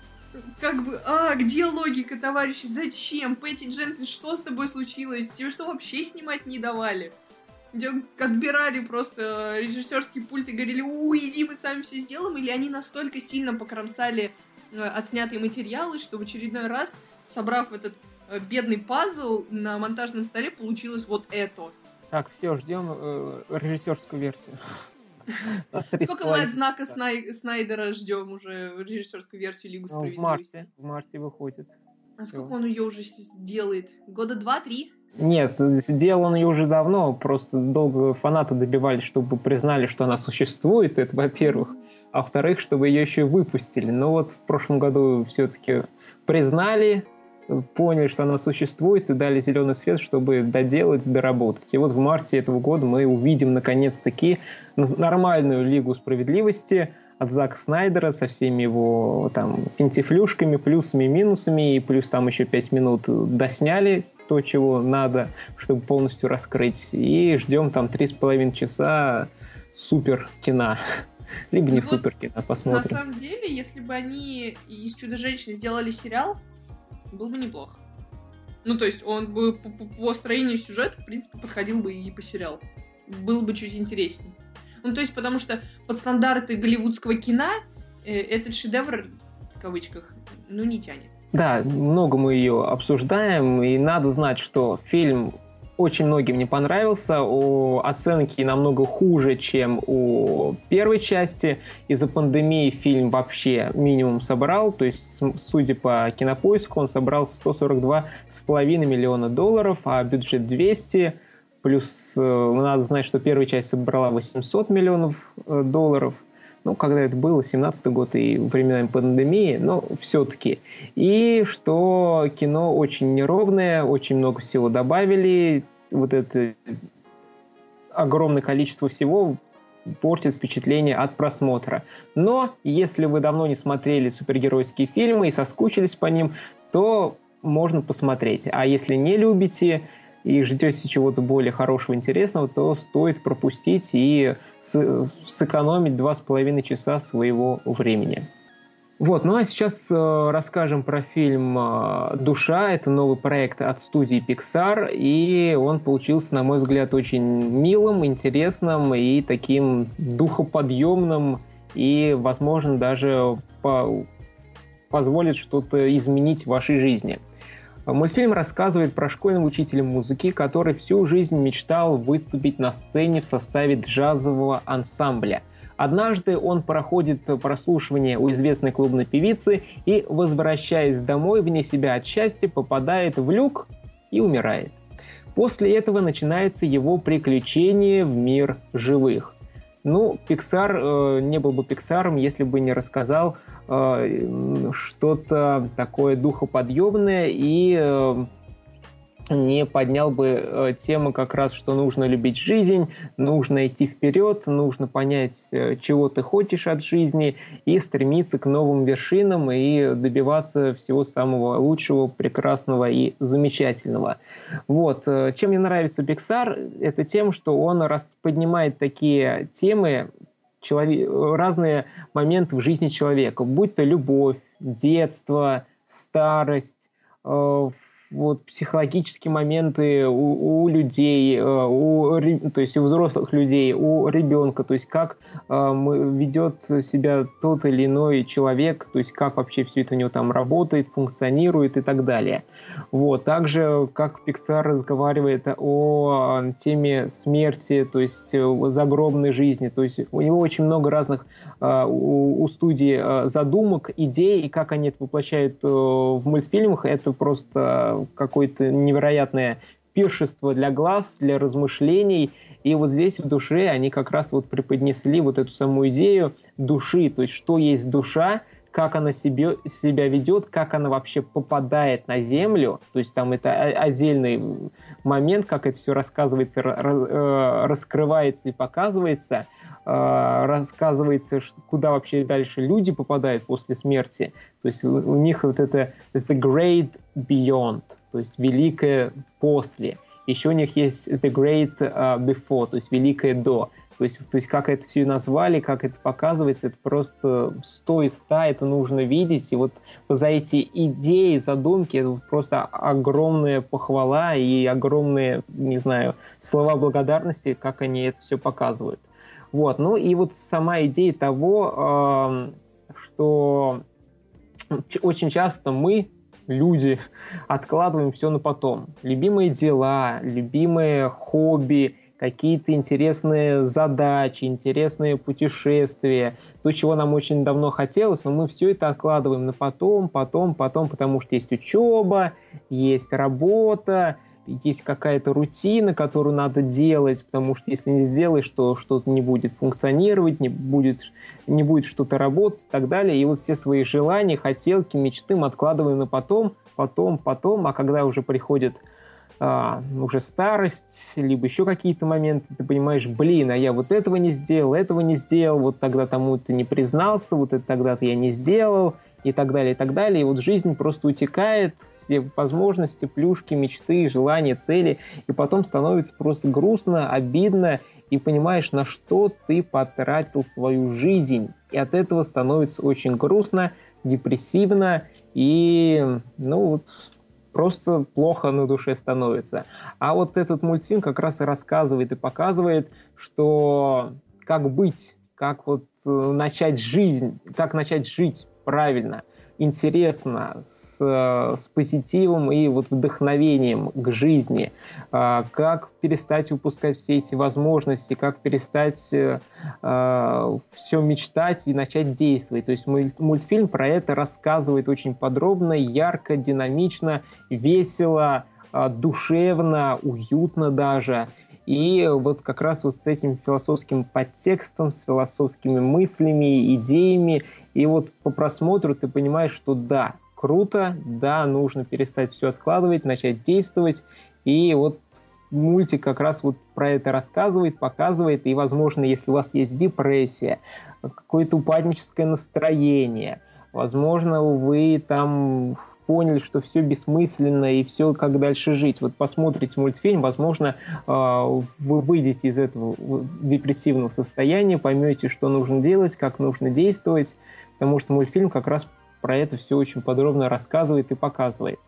Как бы, а, где логика, товарищи? Зачем? Пэтти Дженкинс, что с тобой случилось? Тебе что, вообще снимать не давали? Где отбирали просто режиссерский пульт и говорили, уйди, мы сами все сделаем? Или они настолько сильно покромсали э, отснятые материалы, что в очередной раз, собрав этот бедный пазл, на монтажном столе получилось вот это. Так, все, ждем э, режиссерскую версию. Сколько мы от знака Снайдера ждем уже режиссерскую версию Лигу Справедливости? В марте, в марте выходит. А сколько он ее уже сделает? Года два-три? Нет, сделал он ее уже давно, просто долго фанаты добивались, чтобы признали, что она существует, это во-первых. А во-вторых, чтобы ее еще и выпустили. Но вот в прошлом году все-таки признали, поняли, что она существует, и дали зеленый свет, чтобы доделать, доработать. И вот в марте этого года мы увидим наконец-таки нормальную Лигу Справедливости от Зака Снайдера со всеми его там финтифлюшками, плюсами, минусами, и плюс там еще пять минут досняли то, чего надо, чтобы полностью раскрыть. И ждем там три с половиной часа супер кино. Либо не вот супер кино, посмотрим. На самом деле, если бы они из Чудо-женщины сделали сериал, было бы неплохо. Ну, то есть, он бы по, по, по строению сюжета, в принципе, подходил бы и по сериалу. Было бы чуть интереснее. Ну, то есть, потому что под стандарты голливудского кино э, этот шедевр, в кавычках, ну, не тянет. Да, много мы ее обсуждаем, и надо знать, что фильм очень многим не понравился. У оценки намного хуже, чем у первой части. Из-за пандемии фильм вообще минимум собрал. То есть, судя по Кинопоиску, он собрал сто сорок два с половиной миллиона долларов, а бюджет двести. Плюс надо знать, что первая часть собрала восемьсот миллионов долларов. Ну, когда это было, семнадцатый год и временами пандемии, но все-таки. И что кино очень неровное, очень много всего добавили. Вот это огромное количество всего портит впечатление от просмотра. Но если вы давно не смотрели супергеройские фильмы и соскучились по ним, то можно посмотреть. А если не любите и ждете чего-то более хорошего, интересного, то стоит пропустить и сэкономить два с половиной часа своего времени. Вот, ну а сейчас э, расскажем про фильм э, «Душа». Это новый проект от студии Pixar, и он получился, на мой взгляд, очень милым, интересным и таким духоподъемным, и, возможно, даже по- позволит что-то изменить в вашей жизни. Мультфильм рассказывает про школьного учителя музыки, который всю жизнь мечтал выступить на сцене в составе джазового ансамбля. Однажды он проходит прослушивание у известной клубной певицы и, возвращаясь домой вне себя от счастья, попадает в люк и умирает. После этого начинается его приключение в мир живых. Ну, Pixar э, не был бы Pixar'ом, если бы не рассказал э, что-то такое духоподъемное и э, не поднял бы э, тему как раз, что нужно любить жизнь, нужно идти вперед, нужно понять, э, чего ты хочешь от жизни и стремиться к новым вершинам и добиваться всего самого лучшего, прекрасного и замечательного. Вот. Чем мне нравится Pixar, это тем, что он раз поднимает такие темы, человек, разные моменты в жизни человека, будь то любовь, детство, старость, э, вот психологические моменты у, у людей, у, то есть у взрослых людей, у ребенка, то есть как э, ведет себя тот или иной человек, то есть как вообще все это у него там работает, функционирует и так далее. Вот. Также как Pixar разговаривает о теме смерти, то есть загробной жизни, то есть у него очень много разных э, у, у студии э, задумок, идей, и как они это воплощают э, в мультфильмах, это просто какое-то невероятное пиршество для глаз, для размышлений. И вот здесь в «Душе» они как раз вот преподнесли вот эту самую идею души, то есть что есть душа, как она себе, себя ведет, как она вообще попадает на землю. То есть там это отдельный момент, как это все рассказывается, раскрывается и показывается. Рассказывается, куда вообще дальше люди попадают после смерти. То есть у них вот это, это great beyond, то есть великое после. Еще у них есть the great before, то есть великое до. То есть, то есть как это все назвали, как это показывается, это просто сто из ста, это нужно видеть. И вот за эти идеи, задумки, это просто огромная похвала и огромные, не знаю, слова благодарности, как они это все показывают. Вот. Ну и вот сама идея того, что очень часто мы, люди, откладываем все на потом. Любимые дела, любимые хобби, какие-то интересные задачи, интересные путешествия, то, чего нам очень давно хотелось, но мы все это откладываем на потом, потом, потом, потому что есть учеба, есть работа, есть какая-то рутина, которую надо делать, потому что если не сделаешь, то что-то не будет функционировать, не будет, не будет что-то работать и так далее. И вот все свои желания, хотелки, мечты мы откладываем на потом, потом, потом, а когда уже приходит а, уже старость, либо еще какие-то моменты, ты понимаешь, блин, а я вот этого не сделал, этого не сделал, вот тогда тому-то не признался, вот это тогда-то я не сделал, и так далее, и так далее. И вот жизнь просто утекает, все возможности, плюшки, мечты, желания, цели, и потом становится просто грустно, обидно, и понимаешь, на что ты потратил свою жизнь. И от этого становится очень грустно, депрессивно, и, ну, вот, просто плохо на душе становится. А вот этот мультфильм как раз и рассказывает и показывает, что как быть, как вот начать жизнь, как начать жить правильно. интересно, с, с позитивом и вот вдохновением к жизни. Как перестать упускать все эти возможности, как перестать все мечтать и начать действовать. То есть мультфильм про это рассказывает очень подробно, ярко, динамично, весело, душевно, уютно даже. И вот как раз вот с этим философским подтекстом, с философскими мыслями, идеями. И вот по просмотру ты понимаешь, что да, круто, да, нужно перестать все откладывать, начать действовать. И вот мультик как раз вот про это рассказывает, показывает. И, возможно, если у вас есть депрессия, какое-то упадническое настроение, возможно, вы там поняли, что все бессмысленно и все, как дальше жить. Вот посмотрите мультфильм, возможно, вы выйдете из этого депрессивного состояния, поймете, что нужно делать, как нужно действовать, потому что мультфильм как раз про это все очень подробно рассказывает и показывает.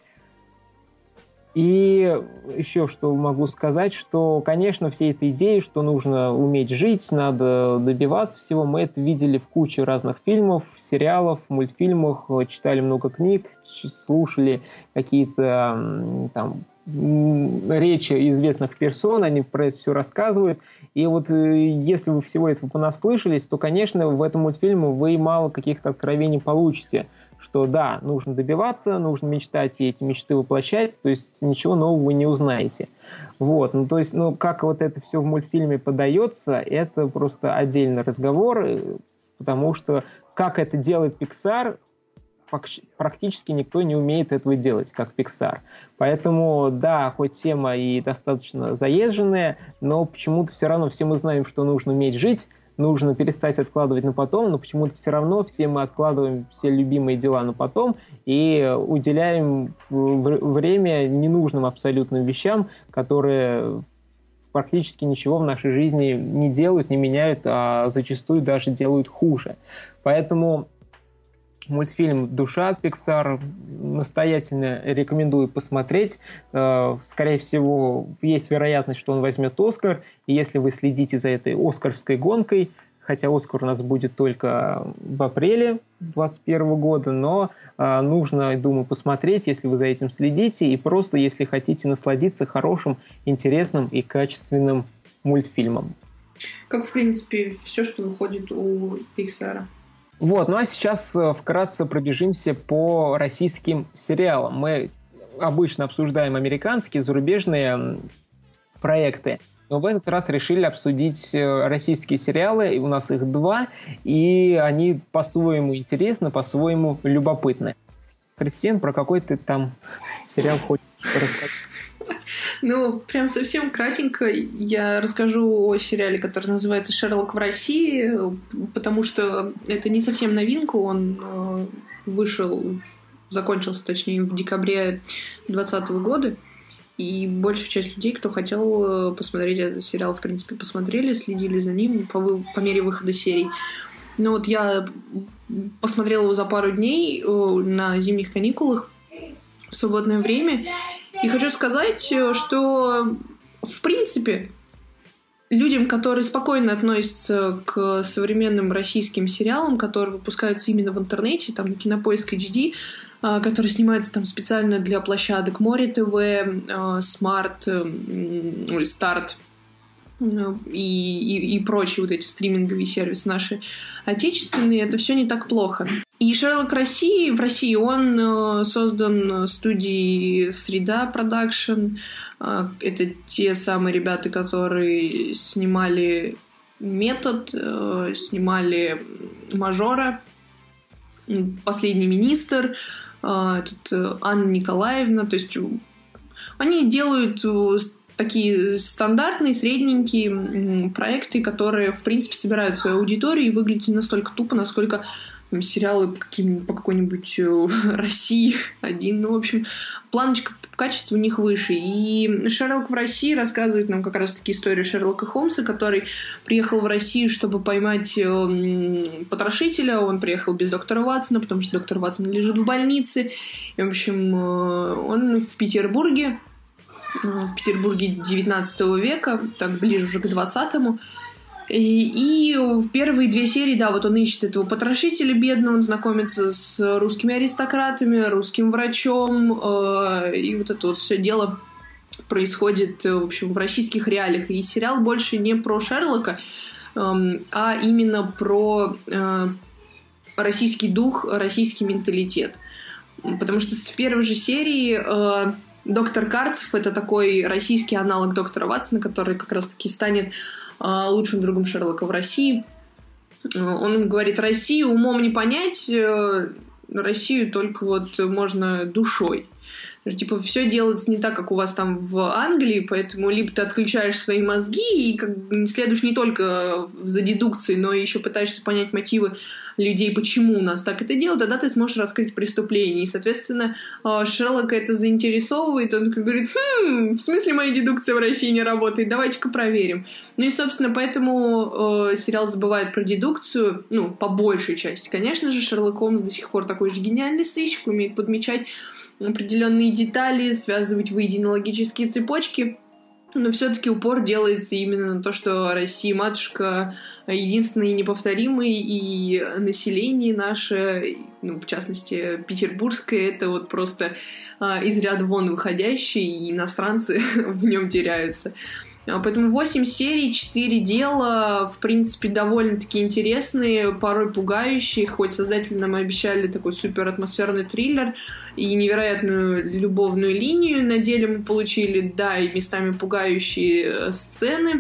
И еще что могу сказать, что, конечно, все эти идеи, что нужно уметь жить, надо добиваться всего, мы это видели в куче разных фильмов, сериалов, мультфильмах, читали много книг, слушали какие-то там речи известных персон, они про это все рассказывают. И вот если вы всего этого понаслышались, то, конечно, в этом мультфильме вы мало каких-то откровений получите. Что да, нужно добиваться, нужно мечтать и эти мечты воплощать, то есть ничего нового вы не узнаете. Вот, ну то есть, ну как вот это все в мультфильме подается, это просто отдельный разговор, потому что как это делает Pixar, практически никто не умеет этого делать, как Pixar. Поэтому, да, хоть тема и достаточно заезженная, но почему-то все равно все мы знаем, что нужно уметь жить, нужно перестать откладывать на потом, но почему-то все равно все мы откладываем все любимые дела на потом и уделяем время ненужным абсолютным вещам, которые практически ничего в нашей жизни не делают, не меняют, а зачастую даже делают хуже. Поэтому мультфильм «Душа» от Pixar настоятельно рекомендую посмотреть. Скорее всего, есть вероятность, что он возьмет «Оскар». И если вы следите за этой «Оскаровской» гонкой, хотя «Оскар» у нас будет только в апреле двадцать первого года, но нужно, думаю, посмотреть, если вы за этим следите, и просто, если хотите насладиться хорошим, интересным и качественным мультфильмом. Как, в принципе, все, что выходит у Pixar. Вот, ну а сейчас вкратце пробежимся по российским сериалам. Мы обычно обсуждаем американские, зарубежные проекты, но в этот раз решили обсудить российские сериалы, и у нас их два, и они по-своему интересны, по-своему любопытны. Кристин, про какой ты там сериал хочешь рассказать? Ну, прям совсем кратенько я расскажу о сериале, который называется «Шерлок в России», потому что это не совсем новинка, он вышел, закончился, точнее, в декабре двадцатого года, и большая часть людей, кто хотел посмотреть этот сериал, в принципе, посмотрели, следили за ним по, вы... по мере выхода серий. Ну вот я посмотрела его за пару дней на зимних каникулах в свободное время. И хочу сказать, что, в принципе, людям, которые спокойно относятся к современным российским сериалам, которые выпускаются именно в интернете, там на Кинопоиск эйч ди, которые снимаются там специально для площадок Море ТВ, Смарт, Старт и, и, и прочие вот эти стриминговые сервисы наши отечественные, это все не так плохо. И «Шерлок России» в России, он создан студией «Среда Продакшн». Это те самые ребята, которые снимали «Метод», снимали «Мажора», «Последний министр», этот, Анна Николаевна. То есть они делают такие стандартные, средненькие проекты, которые, в принципе, собирают свою аудиторию и выглядят не настолько тупо, насколько сериалы по, каким, по какой-нибудь России один. Ну, в общем, планочка качества у них выше. И «Шерлок в России» рассказывает нам как раз-таки историю Шерлока Холмса, который приехал в Россию, чтобы поймать потрошителя. Он приехал без доктора Ватсона, потому что доктор Ватсон лежит в больнице. И, в общем, он в Петербурге, в Петербурге девятнадцатого века, так ближе уже к двадцатому, И, и первые две серии, да, вот он ищет этого потрошителя бедного, он знакомится с русскими аристократами, русским врачом, э, и вот это вот все дело происходит, в общем, в российских реалиях. И сериал больше не про Шерлока, э, а именно про э, российский дух, российский менталитет. Потому что в первой же серии э, доктор Карцев — это такой российский аналог доктора Ватсона, который как раз-таки станет лучшим другом Шерлока в России. Он говорит: Россию умом не понять, Россию только вот можно душой. Типа, все делается не так, как у вас там в Англии, поэтому либо ты отключаешь свои мозги и как бы следуешь не только за дедукцией, но еще пытаешься понять мотивы людей, почему у нас так это делают, тогда ты сможешь раскрыть преступление. И, соответственно, Шерлока это заинтересовывает, он говорит: хм, в смысле моя дедукция в России не работает, давайте-ка проверим. Ну и, собственно, поэтому э, сериал забывает про дедукцию, ну, по большей части. Конечно же, Шерлок Холмс до сих пор такой же гениальный сыщик, умеет подмечать определенные детали, связывать воедино логические цепочки, но все-таки упор делается именно на то, что Россия, матушка, единственный неповторимый, и население наше, ну, в частности, петербургское, это вот просто а, из ряда вон выходящие, и иностранцы в нем теряются. Поэтому восемь серий, четыре дела, в принципе, довольно-таки интересные, порой пугающие, хоть создатели нам обещали такой супер атмосферный триллер и невероятную любовную линию, на деле мы получили, да, и местами пугающие сцены,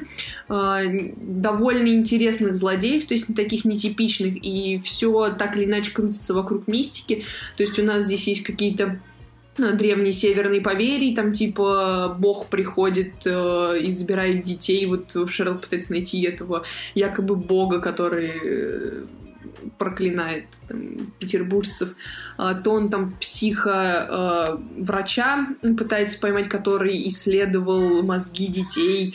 довольно интересных злодеев, то есть таких нетипичных, и все так или иначе крутится вокруг мистики, то есть у нас здесь есть какие-то древние северные поверья, там типа бог приходит э, и забирает детей, вот Шерлок пытается найти этого якобы бога, который э, проклинает там петербуржцев, а, то он там психо э, врача пытается поймать, который исследовал мозги детей,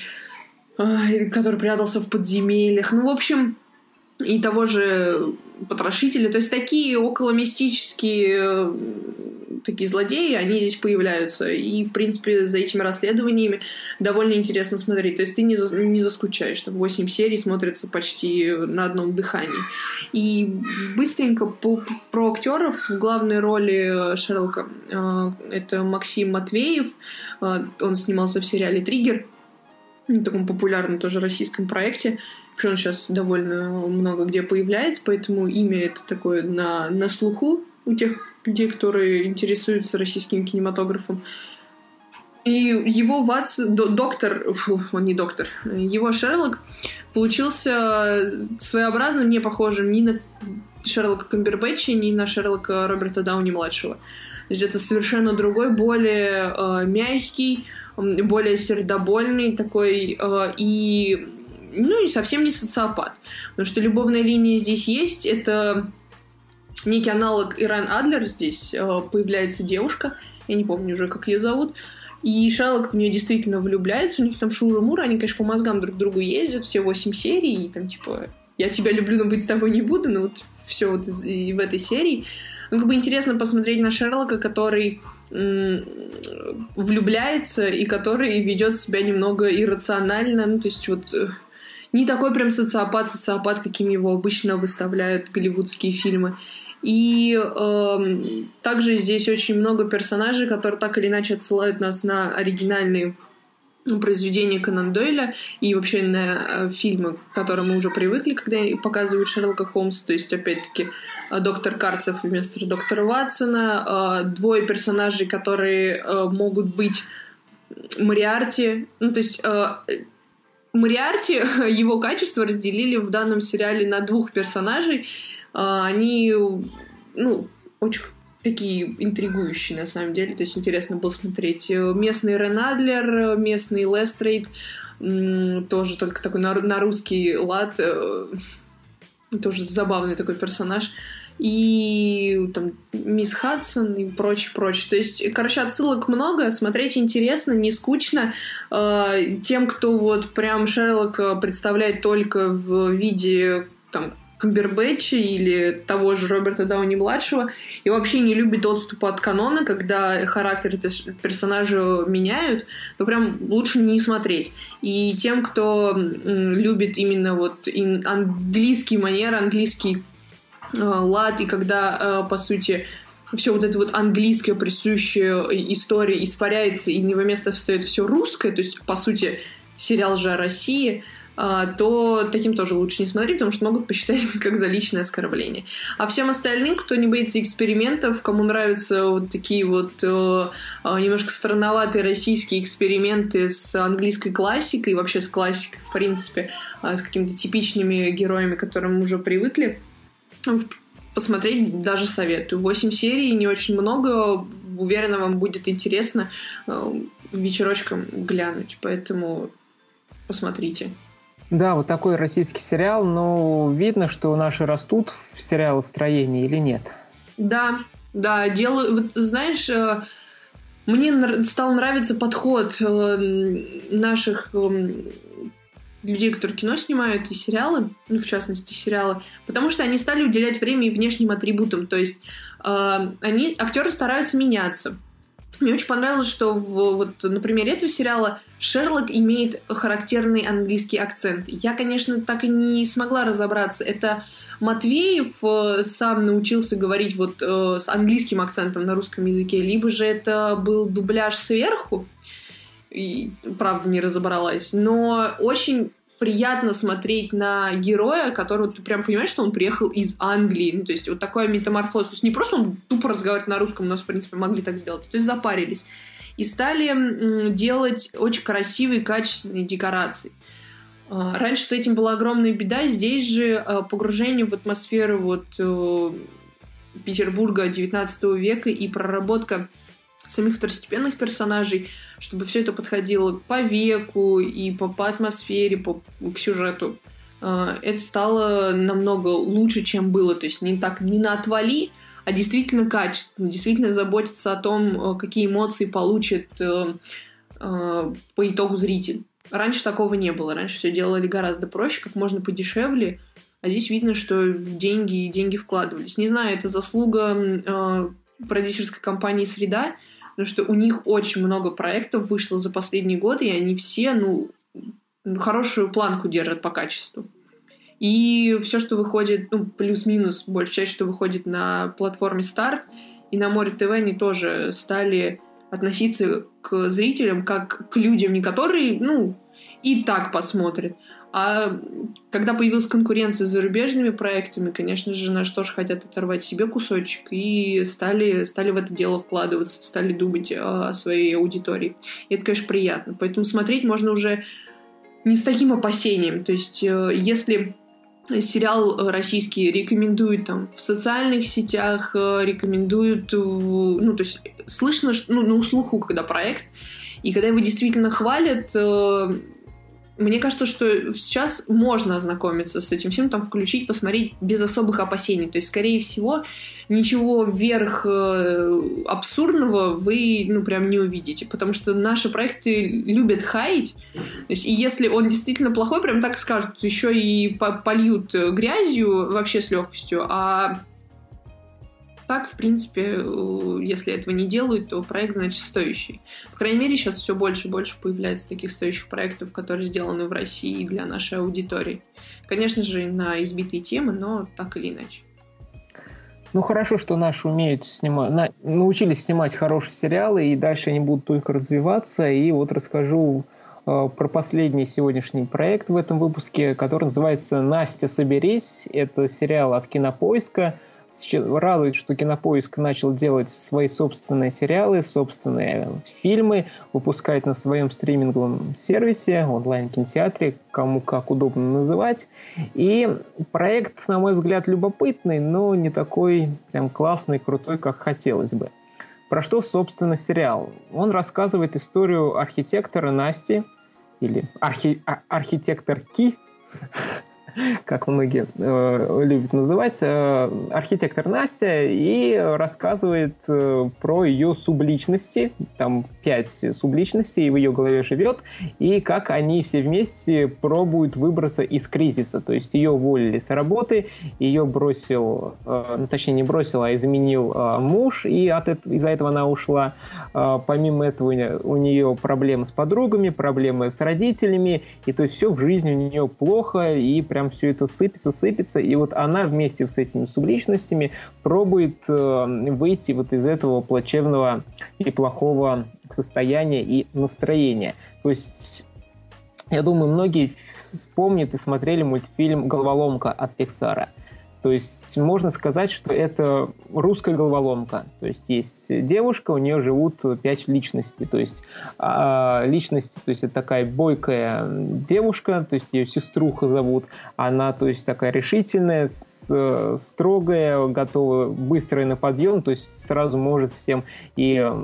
э, который прятался в подземельях, ну, в общем, и того же потрошителя, то есть такие околомистические такие злодеи, они здесь появляются. И, в принципе, за этими расследованиями довольно интересно смотреть. То есть ты не, за, не заскучаешь. Там восемь серий смотрятся почти на одном дыхании. И быстренько по, про актеров. В главной роли Шерлока э, это Максим Матвеев. Э, он снимался в сериале «Триггер», в таком популярном тоже российском проекте. Вообще он сейчас довольно много где появляется, поэтому имя это такое на, на слуху у тех людей, которые интересуются российским кинематографом. И его Ватс, доктор, фу, он не доктор, его Шерлок получился своеобразным, не похожим ни на Шерлока Камбербэтча, ни на Шерлока Роберта Дауни-младшего. То есть это совершенно другой, более э, мягкий, более сердобольный такой, э, и, ну, и совсем не социопат. Потому что любовная линия здесь есть, это некий аналог Ирен Адлер, здесь э, появляется девушка, я не помню уже, как ее зовут, и Шерлок в нее действительно влюбляется, у них там шура-мура, они, конечно, по мозгам друг к другу ездят, все восемь серий, и там, типа, я тебя люблю, но быть с тобой не буду, но вот все вот из, и в этой серии. Ну, как бы интересно посмотреть на Шерлока, который м- влюбляется и который ведет себя немного иррационально, ну, то есть вот э, не такой прям социопат-социопат, каким его обычно выставляют голливудские фильмы. И э, также здесь очень много персонажей, которые так или иначе отсылают нас на оригинальные произведения Конан Дойля и вообще на э, фильмы, к которым мы уже привыкли, когда показывают Шерлока Холмса. То есть, опять-таки, доктор Карцев вместо доктора Ватсона, э, двое персонажей, которые э, могут быть Мориарти. Ну, то есть... Э, Мориарти, его качество разделили в данном сериале на двух персонажей. Они, ну, очень такие интригующие, на самом деле. То есть интересно было смотреть. Местный Ирен Адлер, местный Лестрейд, тоже только такой на, на русский лад. Тоже забавный такой персонаж. И там мисс Хадсон и прочее, прочее. То есть, короче, отсылок много, смотреть интересно, не скучно. Тем, кто вот прям Шерлока представляет только в виде там Камбербэтча или того же Роберта Дауни-младшего и вообще не любит отступа от канона, когда характер персонажа меняют, то прям лучше не смотреть. И тем, кто любит именно вот английский манер, английский э, лад, и когда, э, по сути, все вот это вот английское присущая история испаряется, и не во место встает все русское, то есть, по сути, сериал же о России, то таким тоже лучше не смотреть, потому что могут посчитать как за личное оскорбление. А всем остальным, кто не боится экспериментов, кому нравятся вот такие вот э, немножко странноватые российские эксперименты с английской классикой, вообще с классикой, в принципе, с какими-то типичными героями, к которым мы уже привыкли, посмотреть даже советую. Восемь серий, не очень много, уверена, вам будет интересно э, вечерочком глянуть, поэтому посмотрите. Да, вот такой российский сериал, но видно, что наши растут в сериалостроении или нет? Да, да, делаю... Вот, знаешь, мне стал нравиться подход наших людей, которые кино снимают, и сериалы, ну, в частности, сериалы, потому что они стали уделять время и внешним атрибутам, то есть они, актеры стараются меняться. Мне очень понравилось, что в, вот, на примере этого сериала Шерлок имеет характерный английский акцент. Я, конечно, так и не смогла разобраться. Это Матвеев э, сам научился говорить вот э, с английским акцентом на русском языке, либо же это был дубляж сверху. И, правда, не разобралась. Но очень приятно смотреть на героя, которого ты прям понимаешь, что он приехал из Англии. Ну, то есть вот такой метаморфоз. То есть не просто он тупо разговаривает на русском, у нас, в принципе, могли так сделать. То есть запарились. И стали м, делать очень красивые, качественные декорации. А, раньше с этим была огромная беда. Здесь же а, погружение в атмосферу вот, а, Петербурга девятнадцатого века и проработка самих второстепенных персонажей, чтобы все это подходило по веку и по, по атмосфере, по, к сюжету. Это стало намного лучше, чем было. То есть не так, не на отвали, а действительно качественно, действительно заботиться о том, какие эмоции получит по итогу зритель. Раньше такого не было. Раньше все делали гораздо проще, как можно подешевле, а здесь видно, что деньги, деньги вкладывались. Не знаю, это заслуга продюсерской компании «Среда», потому что у них очень много проектов вышло за последние годы, и они все, ну, хорошую планку держат по качеству. И все, что выходит, ну, плюс-минус, большая часть, что выходит на платформе «Старт», и на Море ТВ, они тоже стали относиться к зрителям как к людям, не которые, ну, и так посмотрят. А когда появилась конкуренция с зарубежными проектами, конечно же, наши тоже хотят оторвать себе кусочек и стали, стали в это дело вкладываться, стали думать о своей аудитории. И это, конечно, приятно. Поэтому смотреть можно уже не с таким опасением. То есть, если сериал российский рекомендуют там в социальных сетях, рекомендуют, в, ну, то есть слышно, что, ну, на слуху, когда проект, и когда его действительно хвалят, мне кажется, что сейчас можно ознакомиться с этим фильмом, там включить, посмотреть без особых опасений. То есть, скорее всего, ничего вверх абсурдного вы, ну, прям не увидите. Потому что наши проекты любят хаять. То есть, и если он действительно плохой, прям так скажут, еще и польют грязью вообще с легкостью. А так, в принципе, если этого не делают, то проект, значит, стоящий. По крайней мере, сейчас все больше и больше появляется таких стоящих проектов, которые сделаны в России для нашей аудитории. Конечно же, на избитые темы, но так или иначе. Ну, хорошо, что наши умеют снимать, на, научились снимать хорошие сериалы, и дальше они будут только развиваться. И вот расскажу э, про последний сегодняшний проект в этом выпуске, который называется «Настя, соберись». Это сериал от Кинопоиска. Радует, что Кинопоиск начал делать свои собственные сериалы, собственные фильмы, выпускать на своем стриминговом сервисе, онлайн-кинотеатре, кому как удобно называть. И проект, на мой взгляд, любопытный, но не такой прям классный, крутой, как хотелось бы. Про что, собственно, сериал? Он рассказывает историю архитектора Насти, или архи- а- архитекторки, как многие э, любят называть, э, архитектор Настя, и рассказывает э, про ее субличности, там пять субличностей в ее голове живет, и как они все вместе пробуют выбраться из кризиса. То есть ее уволили с работы, ее бросил, э, ну, точнее не бросил, а изменил э, муж, и от этого, из-за этого она ушла. Э, помимо этого у нее проблемы с подругами, проблемы с родителями, и то есть все в жизни у нее плохо, и прям все это сыпется, сыпется, и вот она вместе с этими субличностями пробует э, выйти вот из этого плачевного и плохого состояния и настроения. То есть, я думаю, многие вспомнят и смотрели мультфильм «Головоломка» от Pixar. То есть можно сказать, что это русская головоломка. То есть есть девушка, у нее живут пять личностей. То есть э, личности, то есть это такая бойкая девушка, то есть ее сеструха зовут. Она, то есть такая решительная, с, строгая, готова, быстрая на подъем, то есть сразу может всем и э,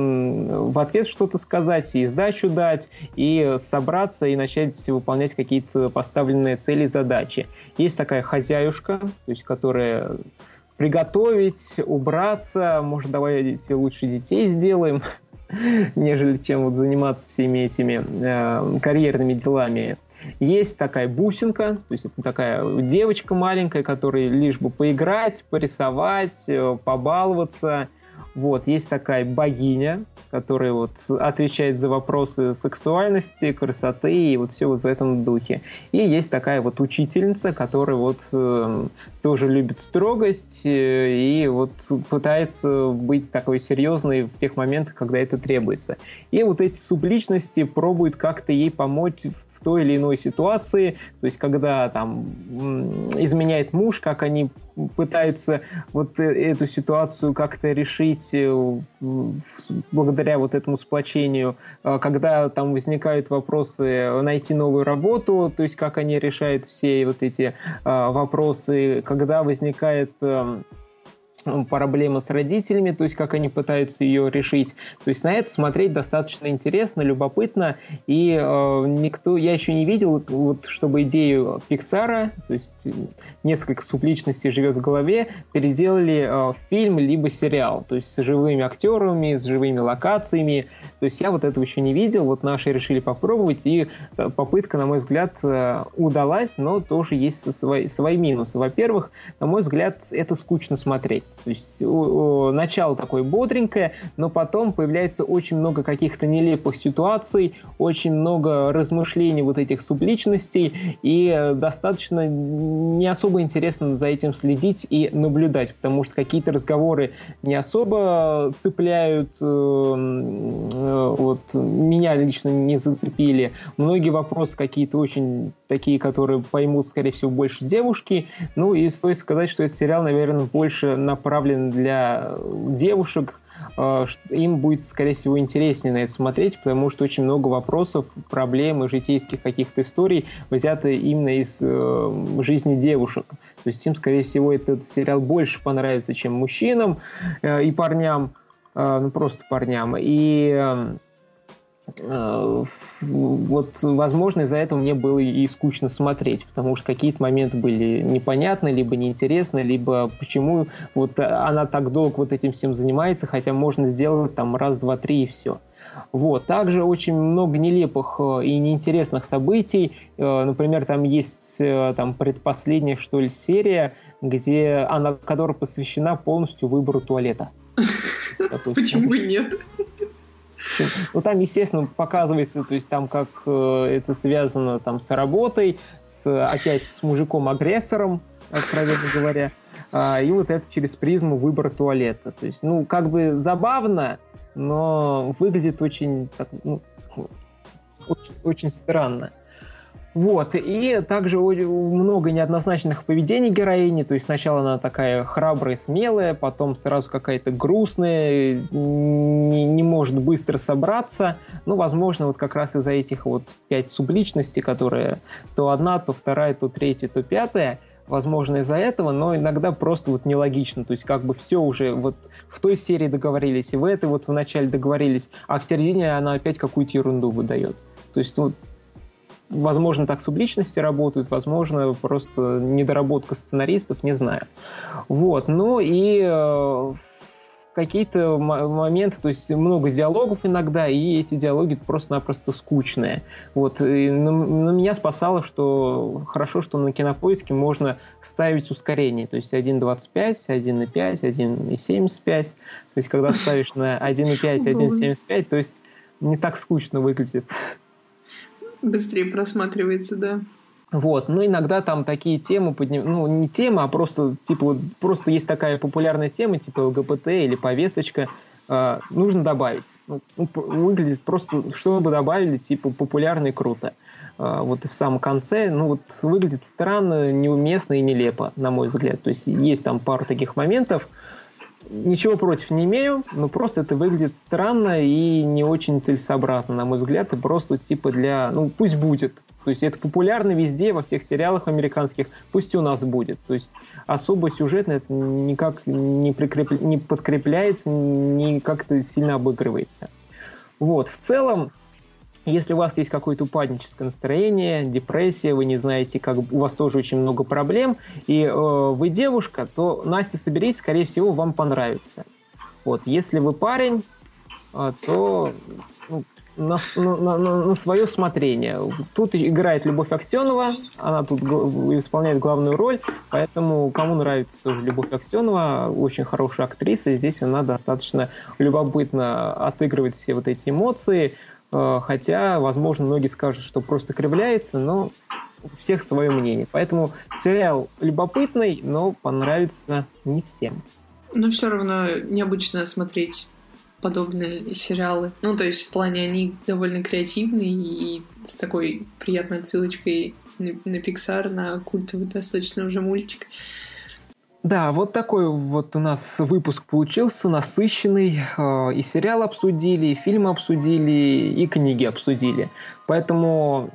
в ответ что-то сказать, и сдачу дать, и собраться, и начать выполнять какие-то поставленные цели и задачи. Есть такая хозяюшка, то есть которая приготовить, убраться, может, давайте лучше детей сделаем, нежели чем вот заниматься всеми этими э, карьерными делами. Есть такая бусинка, то есть это такая девочка маленькая, которой лишь бы поиграть, порисовать, э, побаловаться. Вот, есть такая богиня, которая вот отвечает за вопросы сексуальности, красоты и вот все вот в этом духе. И есть такая вот учительница, которая вот э, тоже любит строгость э, и вот пытается быть такой серьезной в тех моментах, когда это требуется. И вот эти субличности пробуют как-то ей помочь в в той или иной ситуации, то есть когда там изменяет муж, как они пытаются вот эту ситуацию как-то решить благодаря вот этому сплочению, когда там возникают вопросы найти новую работу, то есть как они решают все вот эти вопросы, когда возникает проблема с родителями, то есть как они пытаются ее решить. То есть на это смотреть достаточно интересно, любопытно, и э, никто, я еще не видел, вот, чтобы идею Pixar, то есть несколько субличностей живет в голове, переделали э, в фильм либо сериал, то есть с живыми актерами, с живыми локациями. То есть я вот этого еще не видел, вот наши решили попробовать, и попытка, на мой взгляд, удалась, но тоже есть свои, свои минусы. Во-первых, на мой взгляд, это скучно смотреть. То есть о, о, начало такое бодренькое, но потом появляется очень много каких-то нелепых ситуаций, очень много размышлений вот этих субличностей, и достаточно не особо интересно за этим следить и наблюдать, потому что какие-то разговоры не особо цепляют, э, э, вот, меня лично не зацепили. Многие вопросы какие-то очень такие, которые поймут, скорее всего, больше девушки. Ну и стоит сказать, что этот сериал, наверное, больше направлен для девушек. Им будет, скорее всего, интереснее на это смотреть, потому что очень много вопросов, проблем и житейских каких-то историй взяты именно из э, жизни девушек. То есть им, скорее всего, этот сериал больше понравится, чем мужчинам э, и парням, э, ну просто парням. И э, вот, возможно, из-за этого мне было и скучно смотреть, потому что какие-то моменты были непонятны, либо неинтересны, либо почему вот она так долго вот этим всем занимается, хотя можно сделать там раз, два, три и все. Вот. Также очень много нелепых и неинтересных событий. Например, там есть там, предпоследняя, что ли, серия, где она, которая посвящена полностью выбору туалета. Почему и нет? Ну, там, естественно, показывается, то есть там, как э, это связано там с работой, с, опять с мужиком-агрессором, откровенно говоря, э, и вот это через призму выбора туалета. То есть, ну, как бы забавно, но выглядит очень, так, ну, очень, очень странно. Вот, и также много неоднозначных поведений героини, то есть сначала она такая храбрая, смелая, потом сразу какая-то грустная, не, не может быстро собраться, ну, возможно, вот как раз из-за этих вот пять субличностей, которые то одна, то вторая, то третья, то пятая, возможно, из-за этого, но иногда просто вот нелогично, то есть как бы все уже вот в той серии договорились, и в этой вот в начале договорились, а в середине она опять какую-то ерунду выдает. То есть вот возможно, так субличности работают, возможно, просто недоработка сценаристов, не знаю. Вот, ну и э, какие-то моменты, то есть много диалогов иногда, и эти диалоги просто-напросто скучные. Вот, и на, на меня спасало, что хорошо, что на Кинопоиске можно ставить ускорение, то есть один двадцать пять, один пять, один семьдесят пять, то есть когда ставишь на один пять, один семьдесят пять, то есть не так скучно выглядит. Быстрее просматривается, да. Вот, но иногда там такие темы, подним... ну, не темы, а просто, типа, вот, просто есть такая популярная тема, типа ЛГБТ или повесточка, э, нужно добавить. Ну, выглядит просто, чтобы добавили, типа, популярно и круто. Э, вот и в самом конце, ну, вот выглядит странно, неуместно и нелепо, на мой взгляд. То есть есть там пару таких моментов. Ничего против не имею, но просто это выглядит странно и не очень целесообразно, на мой взгляд, и просто, типа, для... Ну, пусть будет. То есть это популярно везде, во всех сериалах американских, пусть и у нас будет. То есть особо сюжетно это никак не, прикреп... не подкрепляется, не как-то сильно обыгрывается. Вот, в целом, если у вас есть какое-то упадническое настроение, депрессия, вы не знаете, как у вас тоже очень много проблем, и э, вы девушка, то Настя, соберись, скорее всего, вам понравится. Вот, если вы парень, э, то... Ну, На, на, на, на свое усмотрение. Тут играет Любовь Аксенова, она тут исполняет главную роль, поэтому кому нравится тоже Любовь Аксенова, очень хорошая актриса, и здесь она достаточно любопытно отыгрывает все вот эти эмоции, хотя, возможно, многие скажут, что просто кривляется, но у всех свое мнение. Поэтому сериал любопытный, но понравится не всем. Но все равно необычно смотреть подобные сериалы. Ну, то есть в плане они довольно креативные и с такой приятной отсылочкой на, на Pixar, на культовый достаточно уже мультик. Да, вот такой вот у нас выпуск получился, насыщенный. И сериал обсудили, и фильмы обсудили, и книги обсудили. Поэтому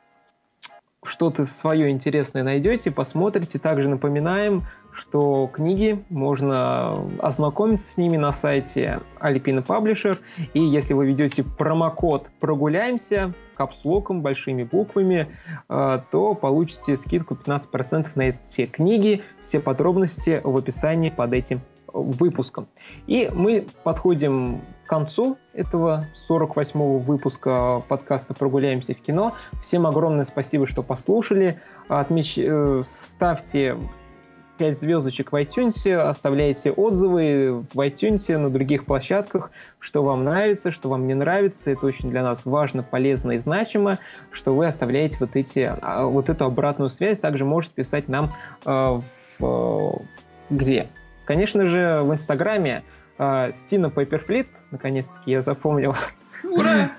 что-то свое интересное найдете, посмотрите. Также напоминаем, что книги можно ознакомиться с ними на сайте Alpina Publisher. И если вы ведете промокод «Прогуляемся» капслоком, большими буквами, то получите скидку пятнадцать процентов на эти книги. Все подробности в описании под этим выпуском. И мы подходим к концу этого сорок восьмого выпуска подкаста «Прогуляемся в кино». Всем огромное спасибо, что послушали. Отмеч... Ставьте пять звездочек в iTunes, оставляйте отзывы в iTunes, на других площадках, что вам нравится, что вам не нравится. Это очень для нас важно, полезно и значимо, что вы оставляете вот, эти, вот эту обратную связь. Также можете писать нам э, в... где? Конечно же, в Инстаграме э, Стина Пейперфлит, наконец-таки я запомнил. Ура!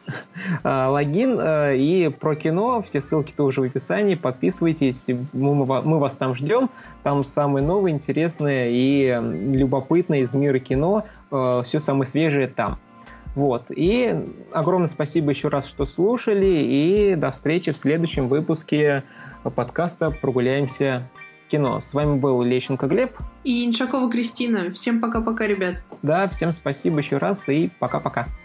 Логин э, и про кино, все ссылки тоже в описании, подписывайтесь, мы, мы вас там ждем, там самое новое, интересное и любопытное из мира кино, э, все самое свежее там. Вот, и огромное спасибо еще раз, что слушали, и до встречи в следующем выпуске подкаста «Прогуляемся в кино». С вами был Лещенко Глеб. И Иншакова Кристина. Всем пока-пока, ребят. Да, всем спасибо еще раз, и пока-пока.